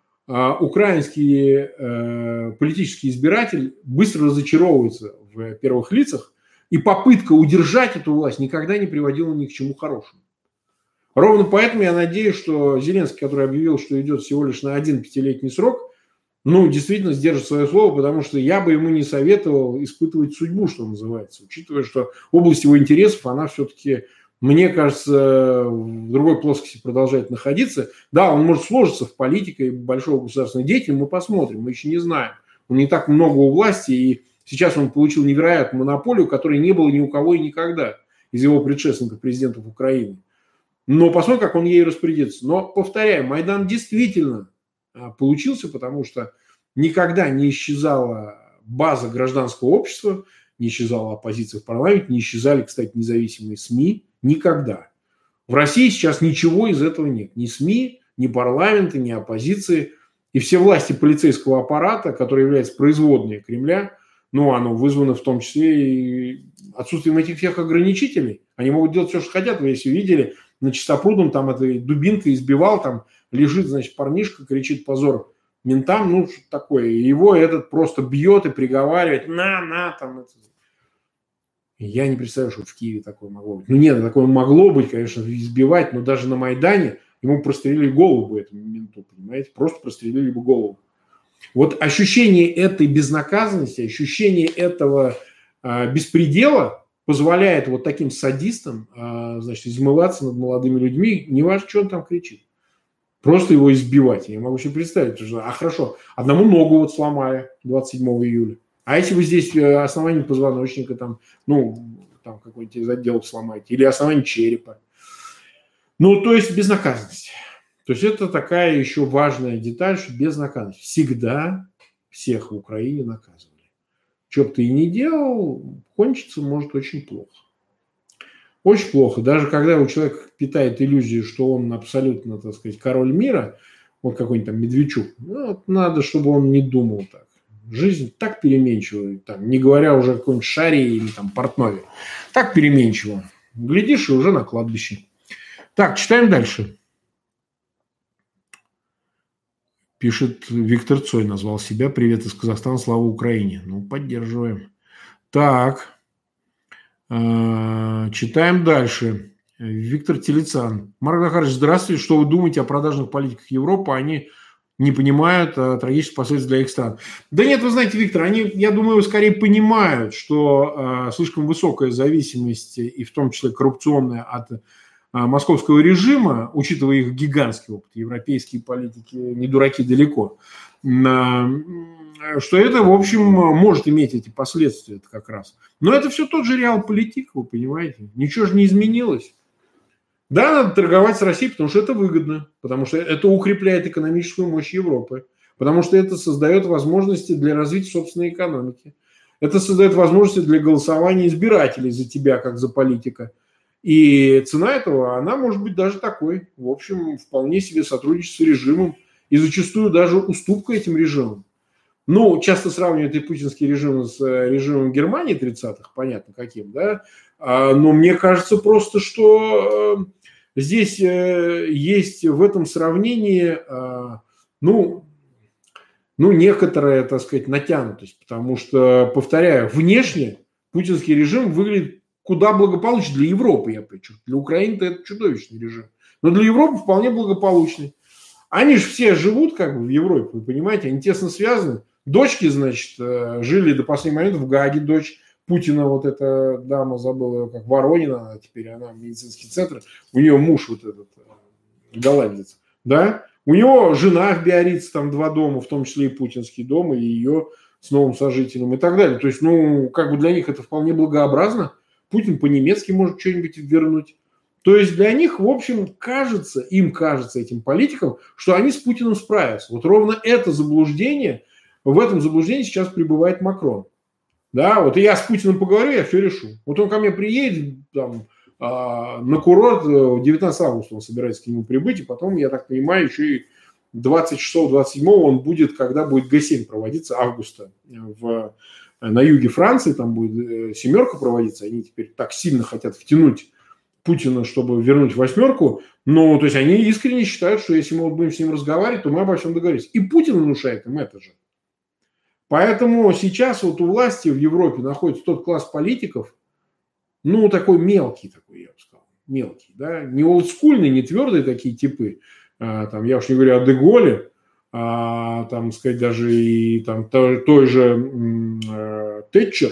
украинский э, политический избиратель быстро разочаровывается в первых лицах, и попытка удержать эту власть никогда не приводила ни к чему хорошему. Ровно поэтому я надеюсь, что Зеленский, который объявил, что идет всего лишь на один пятилетний срок, ну, действительно сдержит свое слово, потому что я бы ему не советовал испытывать судьбу, что называется, учитывая, что область его интересов, она все-таки, мне кажется, в другой плоскости продолжает находиться. Да, он может сложиться в политике большого государственного деятеля, мы посмотрим, мы еще не знаем. Он не так много у власти, и сейчас он получил невероятную монополию, которой не было ни у кого и никогда из его предшественников, президентов Украины. Но посмотрим, как он ей распорядится. Но, повторяю, Майдан действительно получился, потому что никогда не исчезала база гражданского общества, не исчезала оппозиция в парламенте, не исчезали, кстати, независимые СМИ. Никогда. В России сейчас ничего из этого нет. Ни СМИ, ни парламента, ни оппозиции. И все власти полицейского аппарата, которые являются производной Кремля, ну, оно вызвано в том числе и отсутствием этих всех ограничителей. Они могут делать все, что хотят. Вы если видели, на Чистопрудном там этой дубинкой избивал, там лежит, значит, парнишка, кричит позор ментам, ну, что такое. И его этот просто бьет и приговаривает, на, на, там. Это. Я не представляю, что в Киеве такое могло быть. Ну, нет, такое могло быть, конечно, избивать, но даже на Майдане ему прострелили голову бы этому менту, понимаете? Просто прострелили бы голову. Вот ощущение этой безнаказанности, ощущение этого э, беспредела позволяет вот таким садистам, э, значит, измываться над молодыми людьми, не важно, что он там кричит. Просто его избивать. Я могу себе представить, что, а хорошо, одному ногу вот сломали двадцать седьмого июля. А если вы здесь основание позвоночника, там, ну, там какой-нибудь из отделов сломаете, или основание черепа. Ну, то есть безнаказанность. То есть это такая еще важная деталь, что безнаказанность. Всегда всех в Украине наказывали. что бы ты и не делал, кончится может очень плохо. Очень плохо. Даже когда у человека питает иллюзию, что он абсолютно, так сказать, король мира, вот какой-нибудь там Медведчук, ну, вот надо, чтобы он не думал так. Жизнь так переменчива, там, не говоря уже о каком-нибудь Шаре или там Портнове. Так переменчиво. Глядишь, и уже на кладбище. Так, читаем дальше. Пишет Виктор Цой, назвал себя. Привет из Казахстана, слава Украине. Ну, поддерживаем. Так. Читаем дальше. Виктор Телецан. Марк Захарович, здравствуйте. Что вы думаете о продажных политиках Европы? Они не понимают трагических последствий для их стран. Да нет, вы знаете, Виктор, они, я думаю, скорее понимают, что э, слишком высокая зависимость, и в том числе коррупционная, от э, московского режима, учитывая их гигантский опыт, европейские политики не дураки далеко, э, что это, в общем, может иметь эти последствия как раз. Но это все тот же реал-политик, вы понимаете. Ничего же не изменилось. Да, надо торговать с Россией, потому что это выгодно, потому что это укрепляет экономическую мощь Европы, потому что это создает возможности для развития собственной экономики. Это создает возможности для голосования избирателей за тебя, как за политика. И цена этого, она может быть даже такой. В общем, вполне себе сотрудничество с режимом и зачастую даже уступка этим режимам. Ну, часто сравнивают и путинский режим с режимом Германии тридцатых, понятно каким, да, но мне кажется просто, что здесь есть в этом сравнении, ну, ну, некоторая, так сказать, натянутость, потому что, повторяю, внешне путинский режим выглядит куда благополучнее для Европы, я подчеркну. Для Украины-то это чудовищный режим, но для Европы вполне благополучный. Они же все живут как бы в Европе, вы понимаете, они тесно связаны. Дочки, значит, жили до последнего момента в Гааге, дочь Путина, вот эта дама, забыла ее, как Воронина, а теперь она в медицинский центр, у нее муж вот этот голландец, да, у него жена в Биаррице, там два дома, в том числе и путинский дом, и ее с новым сожителем и так далее. То есть, ну, как бы для них это вполне благообразно. Путин по-немецки может что-нибудь вернуть. То есть для них, в общем, кажется, им кажется, этим политикам, что они с Путиным справятся. Вот ровно это заблуждение, в этом заблуждении сейчас пребывает Макрон. Да, вот я с Путиным поговорю, я все решу. Вот он ко мне приедет там, э, на курорт, девятнадцатого августа он собирается к нему прибыть, и потом, я так понимаю, еще и двадцать шестого - двадцать седьмого он будет, когда будет Гэ семь проводиться, августа, в, на юге Франции, там будет семерка проводиться, они теперь так сильно хотят втянуть Путина, чтобы вернуть восьмерку, но то есть они искренне считают, что если мы вот будем с ним разговаривать, то мы обо всем договоримся. И Путин внушает им это же. Поэтому сейчас вот у власти в Европе находится тот класс политиков, ну, такой мелкий, такой, я бы сказал, мелкий, да, не олдскульный, не твердые такие типы, а, там, я уж не говорю о Де Голле, а, там, сказать, даже и там той, той же э, Тэтчер,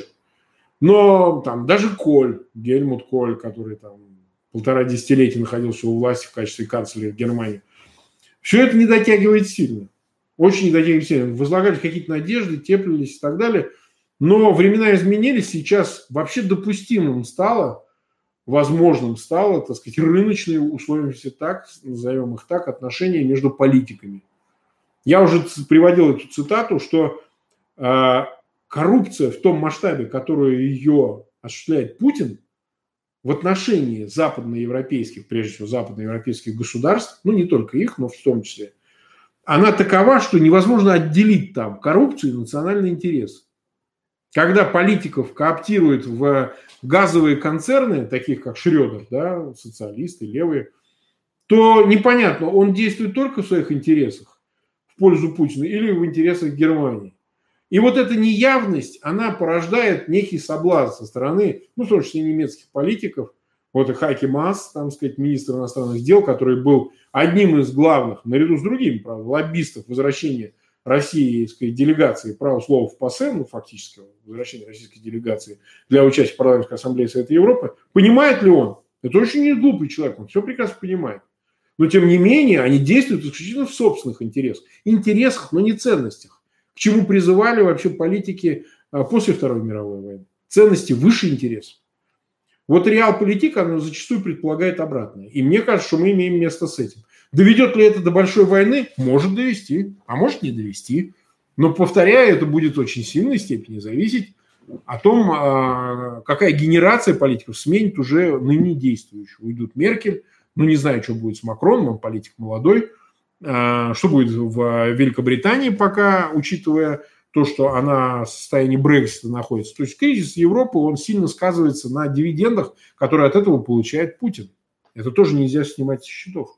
но там даже Коль, Гельмут Коль, который там полтора десятилетия находился у власти в качестве канцлера Германии, все это не дотягивает сильно. Очень не дотягивает сильно. Возлагали какие-то надежды, теплились и так далее. Но времена изменились. Сейчас вообще допустимым стало, возможным стало, так сказать, рыночные условия, так, назовем их так, отношения между политиками. Я уже приводил эту цитату, что э, коррупция в том масштабе, которую ее осуществляет Путин, в отношении западноевропейских, прежде всего западноевропейских государств, ну не только их, но в том числе, она такова, что невозможно отделить там коррупцию и национальный интерес. Когда политиков кооптируют в газовые концерны, таких как Шрёдер, да, социалисты, левые, то непонятно, он действует только в своих интересах, в пользу Путина, или в интересах Германии. И вот эта неявность, она порождает некий соблазн со стороны, ну, в том числе немецких политиков. Вот и Хайке Маас, там сказать, министр иностранных дел, который был одним из главных, наряду с другими, правда, лоббистов возвращения России, так сказать, делегации права слова в ПАСЕ, ну, фактически возвращения российской делегации для участия в парламентской ассамблее Совета Европы, понимает ли он? Это очень не глупый человек, он все прекрасно понимает. Но, тем не менее, они действуют исключительно в собственных интересах. Интересах, но не ценностях. К чему призывали вообще политики после Второй мировой войны? Ценности выше интересов. Вот реал-политик, она зачастую предполагает обратное. И мне кажется, что мы имеем место с этим. Доведет ли это до большой войны? Может довести, а может не довести. Но, повторяю, это будет в очень сильной степени зависеть о том, какая генерация политиков сменит уже ныне действующую. Уйдут Меркель, ну не знаю, что будет с Макроном, он политик молодой, что будет в Великобритании пока, учитывая то, что она в состоянии Брексита находится. То есть кризис Европы, он сильно сказывается на дивидендах, которые от этого получает Путин. Это тоже нельзя снимать со счетов.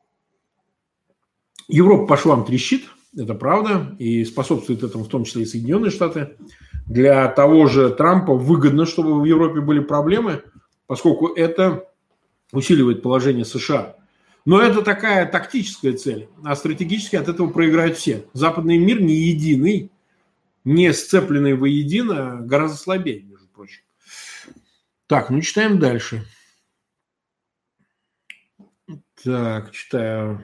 Европа по швам трещит, это правда, и способствует этому в том числе и Соединенные Штаты. Для того же Трампа выгодно, чтобы в Европе были проблемы, поскольку это усиливает положение США. Но это такая тактическая цель, а стратегически от этого проиграют все. Западный мир не единый, не сцепленный воедино, гораздо слабее, между прочим. Так, ну читаем дальше. Так, читаю.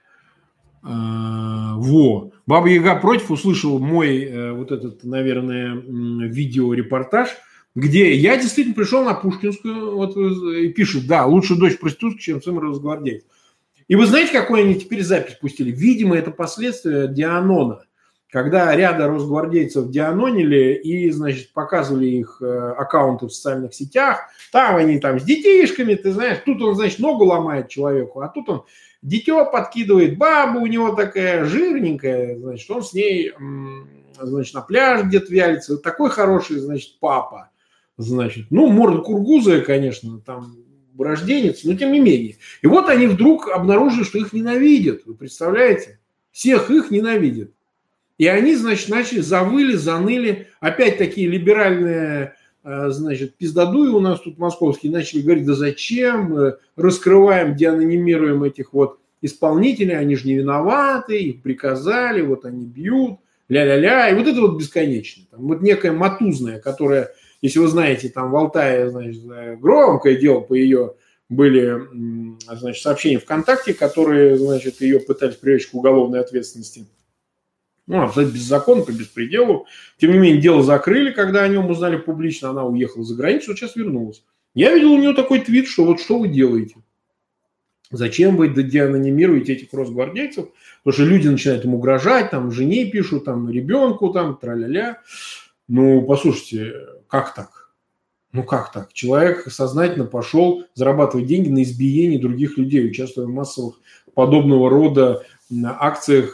А, во. Баба Яга против услышал мой э, вот этот, наверное, видеорепортаж, где я действительно пришел на Пушкинскую, вот, и пишет, да, лучше дочь проститутки, чем сын росгвардейца. И вы знаете, какую они теперь запись пустили? Видимо, это последствия Дианона. Когда ряда росгвардейцев дианонили и, значит, показывали их аккаунты в социальных сетях, там они там с детишками, ты знаешь, тут он, значит, ногу ломает человеку, а тут он дитё подкидывает, баба у него такая жирненькая, значит, он с ней, значит, на пляж где-то вялится, такой хороший, значит, папа, значит, ну, морда кургузая, конечно, там, рожденец, но тем не менее. И вот они вдруг обнаружили, что их ненавидят, вы представляете? Всех их ненавидят. И они, значит, начали, завыли, заныли. Опять такие либеральные, значит, пиздадуи у нас тут московские начали говорить, да зачем мы раскрываем, деанонимируем этих вот исполнителей, они же не виноваты, их приказали, вот они бьют, ля-ля-ля. И вот это вот бесконечно. Там вот некая Матузная, которая, если вы знаете, там в Алтае, значит, громкое дело по ее были, значит, сообщения ВКонтакте, которые, значит, ее пытались привлечь к уголовной ответственности. Ну, абсолютно беззаконно, по беспределу. Тем не менее, дело закрыли, когда о нем узнали публично. Она уехала за границу, вот сейчас вернулась. Я видел у нее такой твит, что вот что вы делаете? Зачем вы деанонимируете этих росгвардейцев? Потому что люди начинают им угрожать, там, жене пишут, там, ребенку, там, тра-ля-ля. Ну, послушайте, как так? Ну, как так? Человек сознательно пошел зарабатывать деньги на избиении других людей, участвуя в массовых подобного рода акциях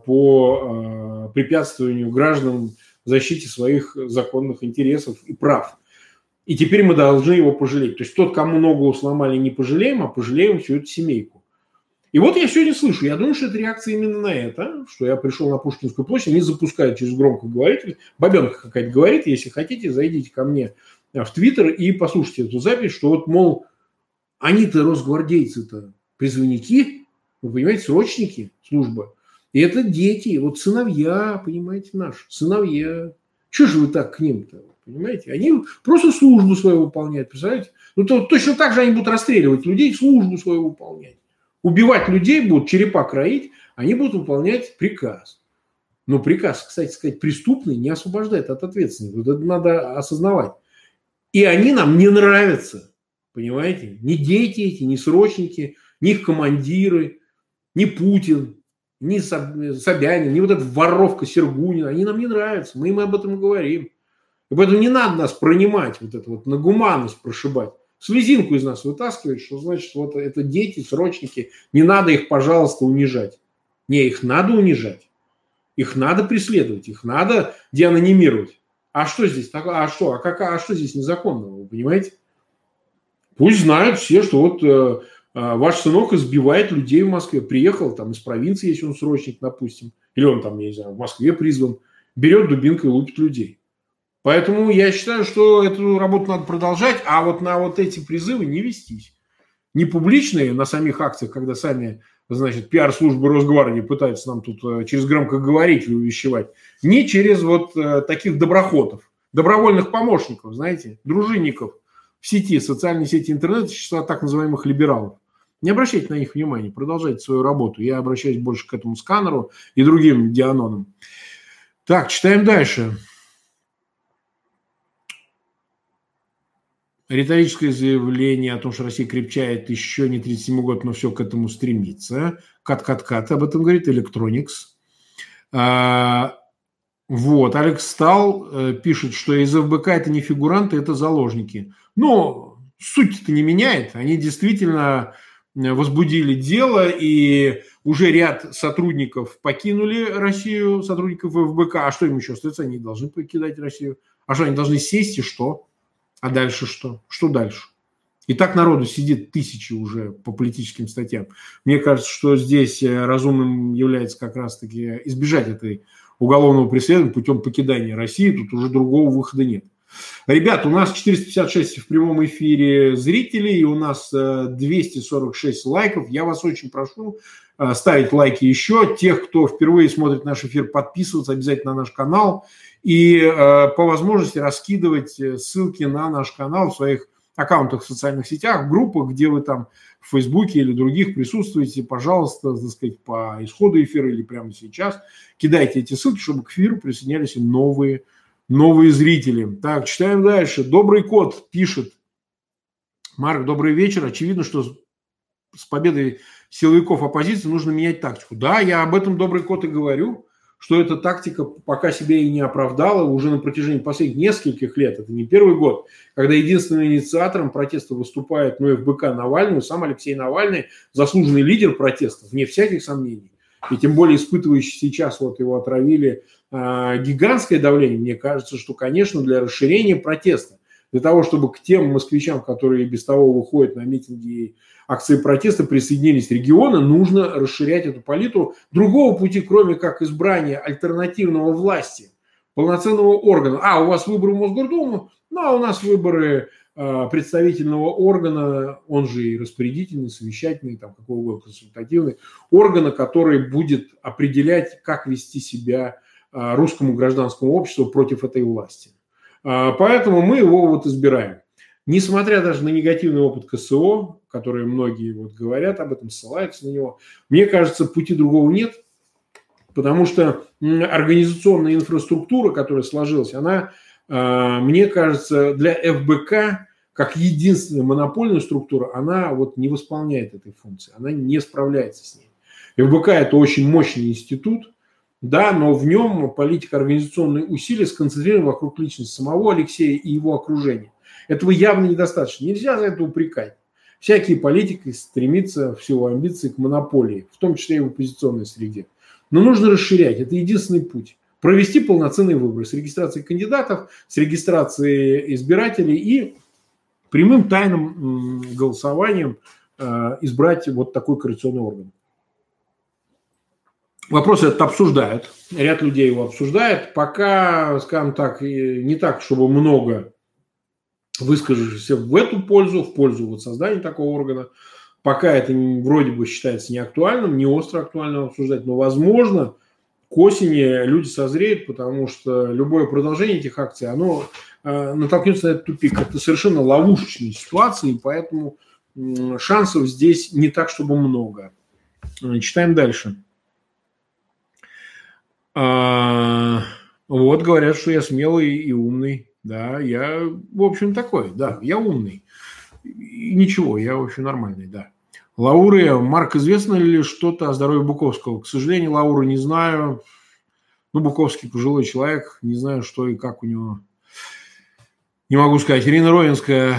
по препятствованию гражданам защите своих законных интересов и прав. И теперь мы должны его пожалеть. То есть тот, кому ногу сломали, не пожалеем, а пожалеем всю эту семейку. И вот я сегодня слышу, я думаю, что это реакция именно на это, что я пришел на Пушкинскую площадь, они запускают через громкоговоритель, бабенка какая-то говорит, если хотите, зайдите ко мне в Твиттер и послушайте эту запись, что вот, мол, они-то росгвардейцы-то призывники, вы понимаете, срочники службы. И это дети, вот сыновья, понимаете, наши, сыновья. Чего же вы так к ним-то, понимаете? Они просто службу свою выполняют, представляете? Ну, то, точно так же они будут расстреливать людей, службу свою выполнять. Убивать людей будут, черепа кроить, они будут выполнять приказ. Но приказ, кстати сказать, преступный не освобождает от ответственности. Вот это надо осознавать. И они нам не нравятся, понимаете? Ни дети эти, ни срочники, ни их командиры, ни Путин, ни Собянин, ни вот эта воровка Сергунина, они нам не нравятся, мы им об этом и говорим. И поэтому не надо нас пронимать, вот это вот на гуманность прошибать, слезинку из нас вытаскивать, что значит, вот это дети, срочники, не надо их, пожалуйста, унижать. Не, их надо унижать, их надо преследовать, их надо деанонимировать. А что здесь такое? А что? А, как, а что здесь незаконного, вы понимаете? Пусть знают все, что вот ваш сынок избивает людей в Москве. Приехал там из провинции, если он срочник, допустим. Или он там, я не знаю, в Москве призван. Берет дубинкой и лупит людей. Поэтому я считаю, что эту работу надо продолжать. А вот на вот эти призывы не вестись. Не публичные на самих акциях, когда сами, значит, пиар-службы Росгвардии пытаются нам тут через громкоговоритель увещевать. Не через вот таких доброхотов, добровольных помощников, знаете, дружинников в сети, социальной сети интернет, числа так называемых либералов. Не обращайте на них внимания, продолжайте свою работу. Я обращаюсь больше к этому сканеру и другим дианонам. Так, читаем дальше. Риторическое заявление о том, что Россия крепчает, еще не тридцать седьмой год, но все к этому стремится. Кат-кат-кат об этом говорит Electronics. Вот, Алекс Стал э, пишет, что из эф бэ ка это не фигуранты, это заложники. Но суть-то не меняет. Они действительно возбудили дело, и уже ряд сотрудников покинули Россию, сотрудников эф бэ ка. А что им еще остается? Они должны покидать Россию. А что, они должны сесть и что? А дальше что? Что дальше? И так народу сидит тысячи уже по политическим статьям. Мне кажется, что здесь разумным является как раз-таки избежать этой уголовного преследования путем покидания России. Тут уже другого выхода нет. Ребят, у нас четыреста пятьдесят шесть в прямом эфире зрителей, и у нас двести сорок шесть лайков. Я вас очень прошу ставить лайки еще. Тех, кто впервые смотрит наш эфир, подписываться обязательно на наш канал. И по возможности раскидывать ссылки на наш канал в своих аккаунтах в социальных сетях, в группах, где вы там в Фейсбуке или других присутствуете, пожалуйста, так сказать, по исходу эфира или прямо сейчас кидайте эти ссылки, чтобы к эфиру присоединялись новые, новые зрители. Так, читаем дальше. Добрый кот пишет. Марк, добрый вечер. Очевидно, что с победой силовиков оппозиции нужно менять тактику. Да, я об этом, добрый кот, и говорю, что эта тактика пока себя и не оправдала уже на протяжении последних нескольких лет. Это не первый год, когда единственным инициатором протеста выступает, ну, эф бэ ка Навальный, сам Алексей Навальный, заслуженный лидер протестов, вне всяких сомнений. И тем более испытывающий сейчас, вот его отравили, э, гигантское давление. Мне кажется, что, конечно, для расширения протеста, для того, чтобы к тем москвичам, которые без того выходят на митинги и акции протеста, присоединились регионы, нужно расширять эту палитру. Другого пути, кроме как избрания альтернативного власти, полноценного органа. А, у вас выборы в Мосгордуму, ну, а у нас выборы э, представительного органа, он же и распорядительный, совещательный, там, какого угодно, консультативный, органа, который будет определять, как вести себя э, русскому гражданскому обществу против этой власти. Э, поэтому мы его вот избираем. Несмотря даже на негативный опыт ка эс о, которые многие вот говорят об этом, ссылаются на него, мне кажется, пути другого нет, потому что организационная инфраструктура, которая сложилась, она, мне кажется, для эф бэ ка, как единственная монопольная структура, она вот не восполняет этой функции, она не справляется с ней. эф бэ ка – это очень мощный институт, да, но в нем политика организационные усилия сконцентрированы вокруг личности самого Алексея и его окружения. Этого явно недостаточно. Нельзя за это упрекать. Всякие политики стремятся в силу амбиций к монополии, в том числе и в оппозиционной среде. Но нужно расширять. Это единственный путь. Провести полноценные выборы с регистрацией кандидатов, с регистрацией избирателей и прямым тайным голосованием избрать вот такой коррекционный орган. Вопрос этот обсуждают. Ряд людей его обсуждает. Пока, скажем так, не так, чтобы много выскажешься в эту пользу, в пользу вот создания такого органа. Пока это вроде бы считается неактуальным, не остро актуальным обсуждать, но, возможно, к осени люди созреют, потому что любое продолжение этих акций, оно э, натолкнется на этот тупик. Это совершенно ловушечная ситуация, и поэтому э, шансов здесь не так, чтобы много. Читаем дальше. А, вот, говорят, что я смелый и умный. Да, я, в общем, такой, да, я умный. И ничего, я, в общем, нормальный, да. Лаурия, Марк, известно ли что-то о здоровье Буковского? К сожалению, Лауру не знаю. Ну, Буковский пожилой человек, не знаю, что и как у него. Не могу сказать. Ирина Ровенская,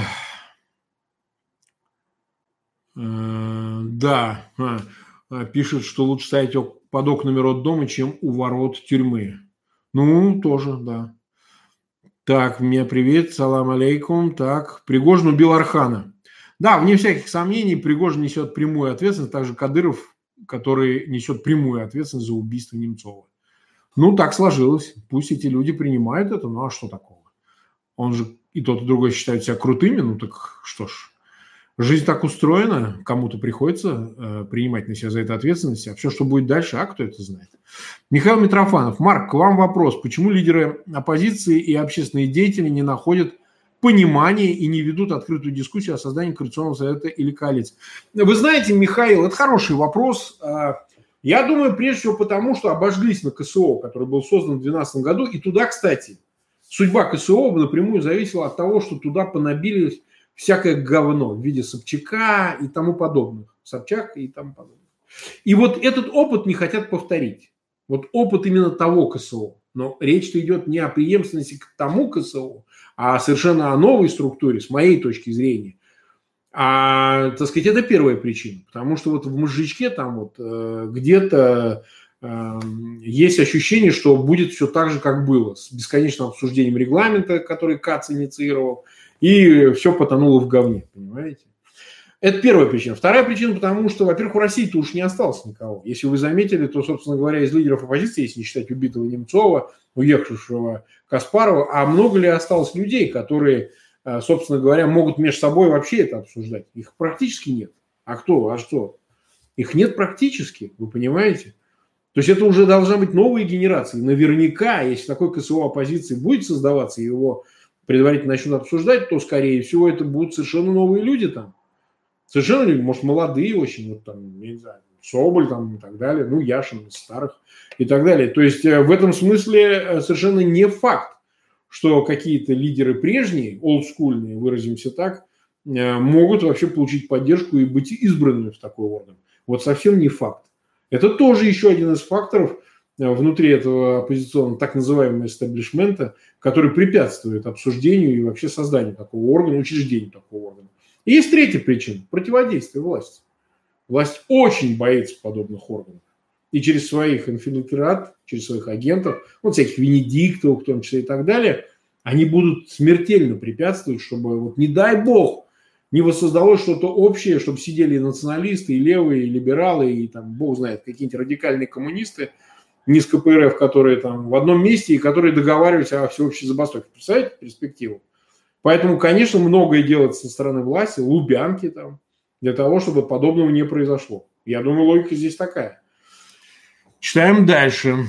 э, да, э, пишет, что лучше ставить под окнами роддома, чем у ворот тюрьмы. Ну, тоже, да. Так, меня привет, салам алейкум. Так, Пригожин убил Архана. Да, вне всяких сомнений, Пригожин несет прямую ответственность, также Кадыров, который несет прямую ответственность за убийство Немцова. Ну, так сложилось. Пусть эти люди принимают это, ну а что такого? Он же и тот, и другой считают себя крутыми, ну так что ж. Жизнь так устроена, кому-то приходится э, принимать на себя за это ответственность, а все, что будет дальше, а кто это знает. Михаил Митрофанов. Марк, к вам вопрос. Почему лидеры оппозиции и общественные деятели не находят понимания и не ведут открытую дискуссию о создании Координационного совета или коалиции? Вы знаете, Михаил, это хороший вопрос. Я думаю, прежде всего потому, что обожглись на ка эс о, который был создан в две тысячи двенадцатом году. И туда, кстати, судьба ка эс о напрямую зависела от того, что туда понабились всякое говно в виде Собчака и тому подобных. Собчак и тому подобное. И вот этот опыт не хотят повторить. Вот опыт именно того ка эс о. Но речь-то идет не о преемственности к тому КСО, а совершенно о новой структуре, с моей точки зрения. А, так сказать, это первая причина. Потому что вот в Мозжечке там вот э, где-то э, есть ощущение, что будет все так же, как было. С бесконечным обсуждением регламента, который Кац инициировал, и все потонуло в говне, понимаете? Это первая причина. Вторая причина, потому что, во-первых, у России-то уж не осталось никого. Если вы заметили, то, собственно говоря, из лидеров оппозиции, если не считать убитого Немцова, уехавшего Каспарова, а много ли осталось людей, которые, собственно говоря, могут между собой вообще это обсуждать? Их практически нет. А кто? А что? Их нет практически, вы понимаете? То есть это уже должна быть новая генерация. И наверняка, если такой КСО оппозиции будет создаваться, и его предварительно начнут обсуждать, то, скорее всего, это будут совершенно новые люди там. Совершенно люди, может, молодые очень, вот там, я не знаю, Соболь там и так далее, ну, Яшин из старых и так далее. То есть в этом смысле совершенно не факт, что какие-то лидеры прежние, олдскульные, выразимся так, могут вообще получить поддержку и быть избранными в такой орган. Вот совсем не факт. Это тоже еще один из факторов внутри этого оппозиционного так называемого эстаблишмента, который препятствует обсуждению и вообще созданию такого органа, учреждению такого органа. И есть третья причина – противодействие власти. Власть очень боится подобных органов. И через своих инфильтрат, через своих агентов, вот всяких Венедиктовых в том числе и так далее, они будут смертельно препятствовать, чтобы, вот не дай бог, не воссоздалось что-то общее, чтобы сидели и националисты, и левые, и либералы, и там, бог знает, какие-нибудь радикальные коммунисты, не с КПРФ, которые там в одном месте и которые договаривались о всеобщей забастовке. Представляете перспективу? Поэтому, конечно, многое делается со стороны власти, Лубянки там, для того, чтобы подобного не произошло. Я думаю, логика здесь такая. Читаем дальше.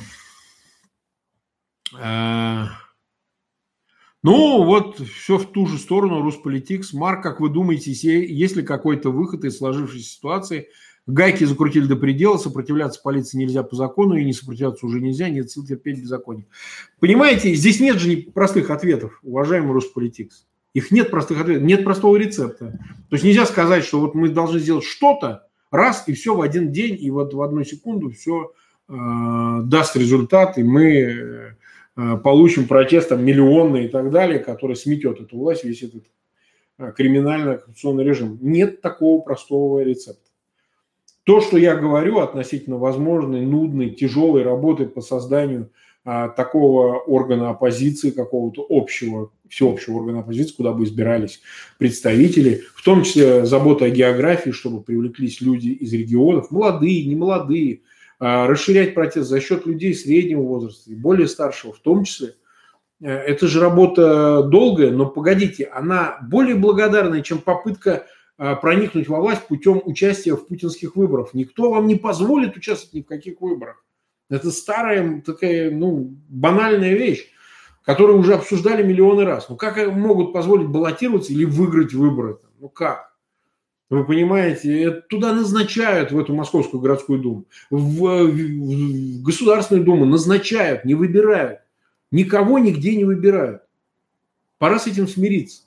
Ну, вот все в ту же сторону, Русполитикс. Марк, как вы думаете, есть ли какой-то выход из сложившейся ситуации? Гайки закрутили до предела, сопротивляться полиции нельзя по закону, и не сопротивляться уже нельзя, нет сил терпеть беззаконие. Понимаете, здесь нет же простых ответов, уважаемый Русполитикс. Их нет простых ответов, нет простого рецепта. То есть нельзя сказать, что вот мы должны сделать что-то, раз, и все в один день, и вот в одну секунду все э, даст результат, и мы э, получим протест там, миллионный и так далее, который сметет эту власть, весь этот э, криминально-коррупционный режим. Нет такого простого рецепта. То, что я говорю относительно возможной, нудной, тяжелой работы по созданию а, такого органа оппозиции, какого-то общего, всеобщего органа оппозиции, куда бы избирались представители, в том числе забота о географии, чтобы привлеклись люди из регионов, молодые, немолодые, а, расширять протест за счет людей среднего возраста и более старшего в том числе. Это же работа долгая, но погодите, она более благодарная, чем попытка проникнуть во власть путем участия в путинских выборах. Никто вам не позволит участвовать ни в каких выборах. Это старая такая, ну, банальная вещь, которую уже обсуждали миллионы раз. Ну, как могут позволить баллотироваться или выиграть выборы? Ну, как? Вы понимаете, туда назначают, в эту Московскую городскую думу, в, в Государственную думу назначают, не выбирают. Никого нигде не выбирают. Пора с этим смириться.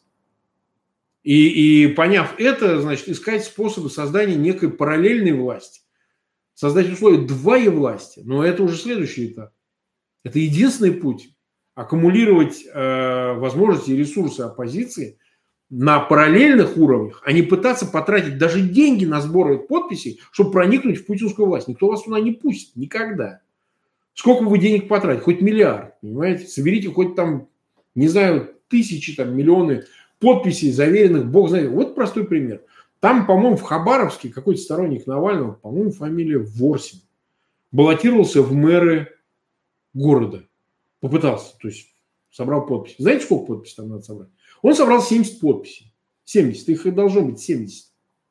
И, и поняв это, значит, искать способы создания некой параллельной власти. Создать условия двоевластия. Но это уже следующий этап. Это единственный путь. Аккумулировать э, возможности и ресурсы оппозиции на параллельных уровнях, а не пытаться потратить даже деньги на сбор подписей, чтобы проникнуть в путинскую власть. Никто вас туда не пустит. Никогда. Сколько вы денег потратите? Хоть миллиард. Понимаете? Соберите хоть там, не знаю, тысячи, там, миллионы подписей, заверенных, бог знает. Вот простой пример. Там, по-моему, в Хабаровске какой-то сторонник Навального, по-моему, фамилия Ворсин, баллотировался в мэры города. Попытался, то есть собрал подписи. Знаете, сколько подписей там надо собрать? Он собрал семьдесят подписей. семьдесят, их должно быть семьдесят.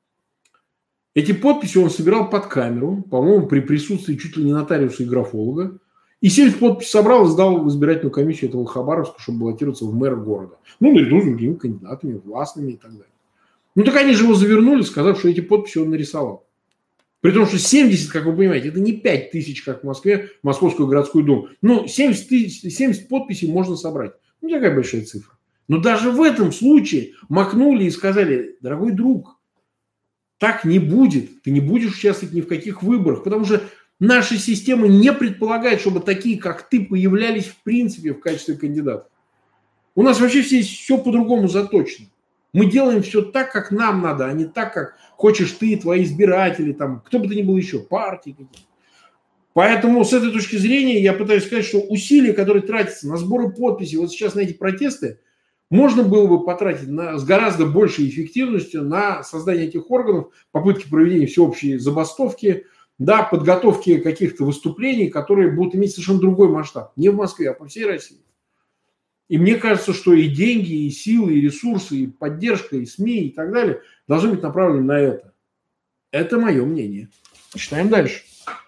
Эти подписи он собирал под камеру, по-моему, при присутствии чуть ли не нотариуса и графолога. И семьдесят подписей собрал и сдал в избирательную комиссию этого Хабаровска, чтобы баллотироваться в мэр города. Ну, наряду с другими кандидатами, властными и так далее. Ну, так они же его завернули, сказав, что эти подписи он нарисовал. При том, что семьдесят, как вы понимаете, это не пять тысяч, как в Москве, в Московскую городскую думу. Ну, семьдесят, тысяч, семьдесят подписей можно собрать. Ну, такая большая цифра. Но даже в этом случае макнули и сказали: дорогой друг, так не будет. Ты не будешь участвовать ни в каких выборах, потому что Наша система не предполагает, чтобы такие, как ты, появлялись в принципе в качестве кандидатов. У нас вообще все, все по-другому заточено. Мы делаем все так, как нам надо, а не так, как хочешь ты, твои избиратели, там, кто бы то ни был еще, партии какие-то. Поэтому с этой точки зрения я пытаюсь сказать, что усилия, которые тратятся на сборы подписей, вот сейчас на эти протесты, можно было бы потратить на, с гораздо большей эффективностью на создание этих органов, попытки проведения всеобщей забастовки, да, подготовки каких-то выступлений, которые будут иметь совершенно другой масштаб. Не в Москве, а по всей России. И мне кажется, что и деньги, и силы, и ресурсы, и поддержка, и СМИ, и так далее должны быть направлены на это. Это мое мнение. Читаем дальше.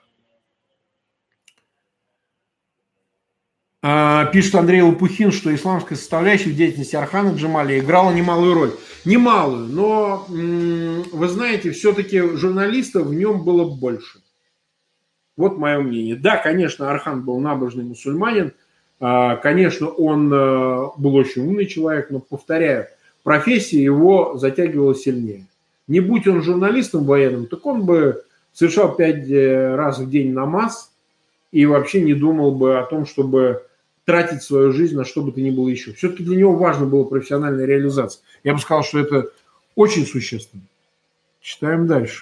Пишет Андрей Лопухин, что исламская составляющая в деятельности Орхана Джамали играла немалую роль. Немалую, но, вы знаете, все-таки журналистов в нем было больше. Вот мое мнение. Да, конечно, Орхан был набожный мусульманин, конечно, он был очень умный человек, но, повторяю, профессия его затягивала сильнее. Не будь он журналистом военным, так он бы совершал пять раз в день намаз и вообще не думал бы о том, чтобы тратить свою жизнь на что бы то ни было еще. Все-таки для него важно было профессиональная реализация. Я бы сказал, что это очень существенно. Читаем дальше.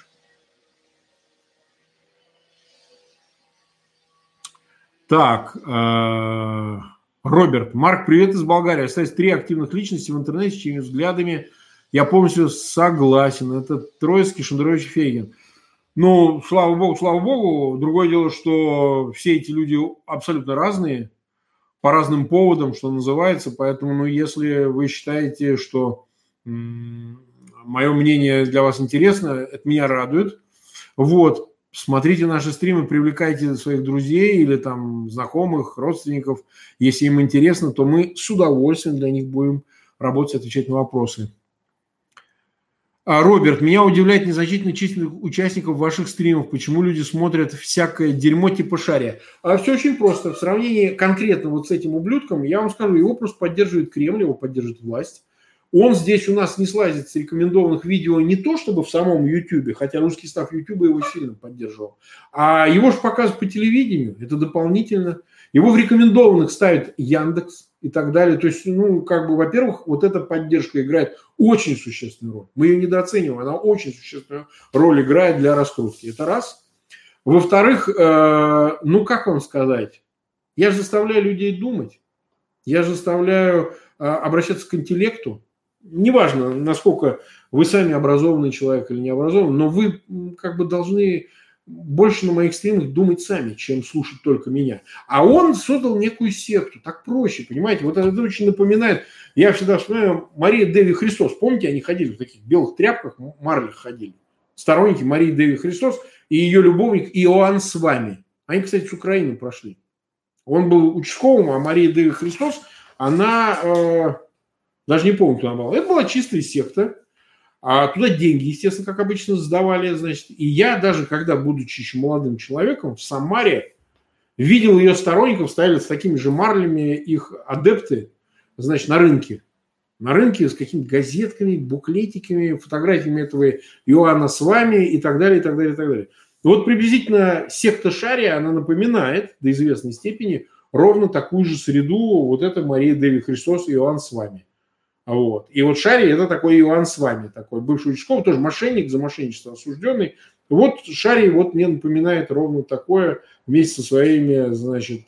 Так, э, Роберт. Марк, привет из Болгарии. Остались три активных личности в интернете, с чьими взглядами я полностью согласен. Это Троицкий, Шендерович и Фейгин. Ну, слава богу, слава богу. Другое дело, что все эти люди абсолютно разные, по разным поводам, что называется. Поэтому, ну, если вы считаете, что м- мое мнение для вас интересно, это меня радует. Вот. Смотрите наши стримы, привлекайте своих друзей или там знакомых, родственников. Если им интересно, то мы с удовольствием для них будем работать, отвечать на вопросы. Роберт, меня удивляет незначительная численность участников ваших стримов. Почему люди смотрят всякое дерьмо типа Шария? А все очень просто. В сравнении конкретно вот с этим ублюдком, я вам скажу, его просто поддерживает Кремль, его поддерживает власть. Он здесь у нас не слазит с рекомендованных видео не то, чтобы в самом Ютубе, хотя русский став Ютуба его сильно поддерживал, а его же показывают по телевидению, это дополнительно. Его в рекомендованных ставит Яндекс и так далее. То есть, ну, как бы, во-первых, вот эта поддержка играет очень существенную роль. Мы ее недооцениваем, она очень существенную роль играет для раскрутки. Это раз. Во-вторых, э, ну, как вам сказать, я же заставляю людей думать, я же заставляю э, обращаться к интеллекту. Неважно, насколько вы сами образованный человек или не образованный, но вы как бы должны больше на моих стримах думать сами, чем слушать только меня. А он создал некую секту, так проще, понимаете? Вот это очень напоминает, я всегда вспоминаю Мария Деви Христос. Помните, они ходили в таких белых тряпках, марлях ходили. Сторонники Марии Деви Христос и ее любовник Иоанн с вами. Они, кстати, с Украины прошли. Он был участковым, а Мария Деви Христос, она... Э, даже не помню, кто она была. Это была чистая секта. А туда деньги, естественно, как обычно, сдавали. Значит. И я даже, когда, будучи еще молодым человеком, в Самаре видел ее сторонников, стояли с такими же марлями их адепты, значит, на рынке. На рынке с какими-то газетками, буклетиками, фотографиями этого Иоанна с вами и так далее, и так далее, и так далее. Вот приблизительно секта Шария, она напоминает до известной степени ровно такую же среду, вот это Мария Деви Христос и Иоанн с вами. Вот. И вот Шарий – это такой Иоанн с вами, такой бывший участковый, тоже мошенник, за мошенничество осужденный. Вот Шарий вот мне напоминает ровно такое вместе со своими, значит,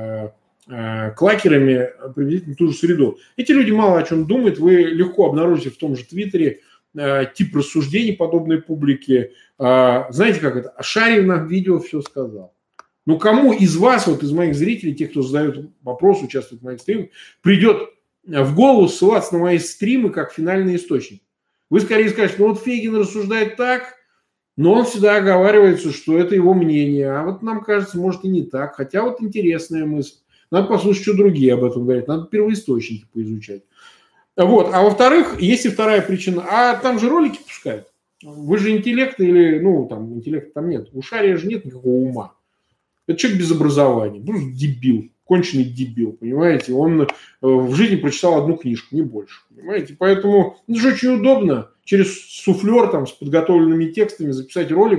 клакерами приблизительно ту же среду. Эти люди мало о чем думают, вы легко обнаружите в том же Твиттере тип рассуждений подобной публики. Знаете, как это? Шарий на видео все сказал. Ну, кому из вас, вот из моих зрителей, тех, кто задает вопрос, участвует в моих стримах, придет в голову ссылаться на мои стримы как финальный источник? Вы скорее скажете, ну вот Фейгин рассуждает так, но он всегда оговаривается, что это его мнение. А вот нам кажется, может и не так. Хотя вот интересная мысль. Надо послушать, что другие об этом говорят. Надо первоисточники поизучать. Вот. А во-вторых, есть и вторая причина. А там же ролики пускают. Вы же интеллекта или, ну, там, интеллекта там нет. У Шария же нет никакого ума. Это человек без образования. Просто дебил. Конченый дебил, понимаете? Он в жизни прочитал одну книжку, не больше. Понимаете? Поэтому это же очень удобно через суфлер там, с подготовленными текстами записать ролик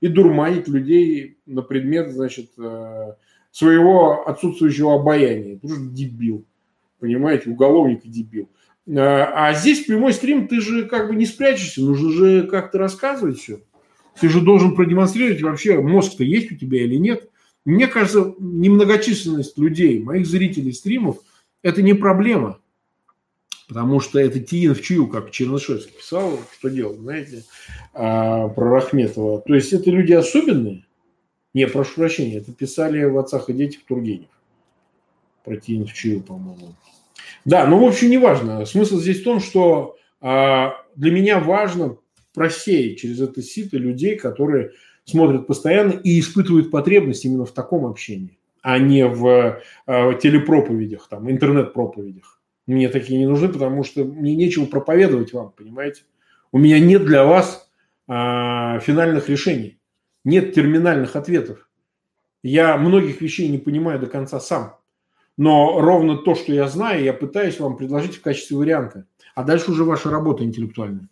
и дурманить людей на предмет, значит, своего отсутствующего обаяния. Потому что дебил, понимаете, уголовник и дебил. А здесь прямой стрим, ты же как бы не спрячешься, нужно же как-то рассказывать все. Ты же должен продемонстрировать вообще, мозг-то есть у тебя или нет. Мне кажется, немногочисленность людей, моих зрителей стримов, это не проблема. Потому что это тиин в чью, как Чернышевский писал, что делал, знаете, про Рахметова. То есть это люди особенные. Не, прошу прощения, это писали в «Отцах и детях» Тургенев. Про тиин в чью, по-моему. Да, ну, в общем, не важно. Смысл здесь в том, что для меня важно просеять через это сито людей, которые смотрят постоянно и испытывают потребность именно в таком общении, а не в телепроповедях, там, интернет-проповедях. Мне такие не нужны, потому что мне нечего проповедовать вам, понимаете? У меня нет для вас а, финальных решений, нет терминальных ответов. Я многих вещей не понимаю до конца сам. Но ровно то, что я знаю, я пытаюсь вам предложить в качестве варианта. А дальше уже ваша работа интеллектуальная.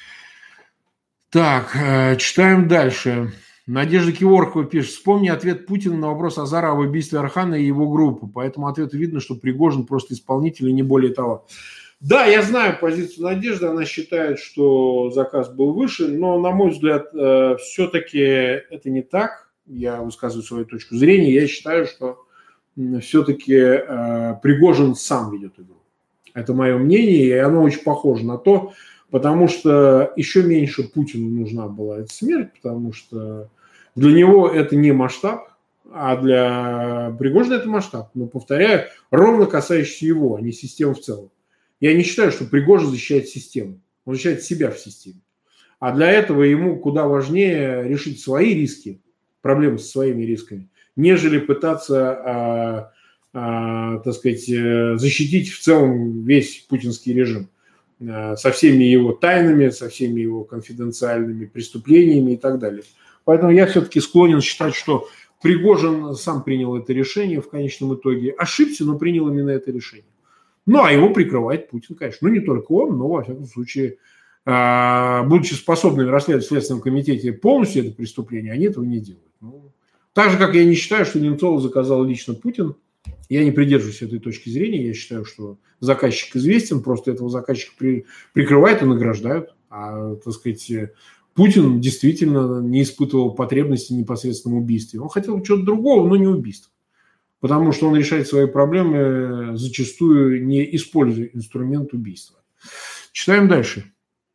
Так, э, читаем дальше. Надежда Киворкова пишет. Вспомни ответ Путина на вопрос Азара об убийстве Архана и его группы. По этому ответу видно, что Пригожин просто исполнитель и не более того. Да, я знаю позицию Надежды. Она считает, что заказ был выше. Но, на мой взгляд, э, все-таки это не так. Я высказываю свою точку зрения. Я считаю, что все-таки э, Пригожин сам ведет игру. Это мое мнение, и оно очень похоже на то, потому что еще меньше Путину нужна была эта смерть, потому что для него это не масштаб, а для Пригожина это масштаб. Но, повторяю, ровно касающийся его, а не системы в целом. Я не считаю, что Пригожин защищает систему. Он защищает себя в системе. А для этого ему куда важнее решить свои риски, проблемы со своими рисками, нежели пытаться, а, а, так сказать, защитить в целом весь путинский режим а, со всеми его тайнами, со всеми его конфиденциальными преступлениями и так далее. Поэтому я все-таки склонен считать, что Пригожин сам принял это решение в конечном итоге. Ошибся, но принял именно это решение. Ну, а его прикрывает Путин, конечно. Ну, не только он, но, во всяком случае, а, будучи способными расследовать в Следственном комитете полностью это преступление, они этого не делают. Ну, так же, как я не считаю, что Немцова заказал лично Путин. Я не придерживаюсь этой точки зрения. Я считаю, что заказчик известен, просто этого заказчика при, прикрывают и награждают. А, так сказать, Путин действительно не испытывал потребности в непосредственном убийстве. Он хотел чего-то другого, но не убийства. Потому что он решает свои проблемы зачастую не используя инструмент убийства. Читаем дальше.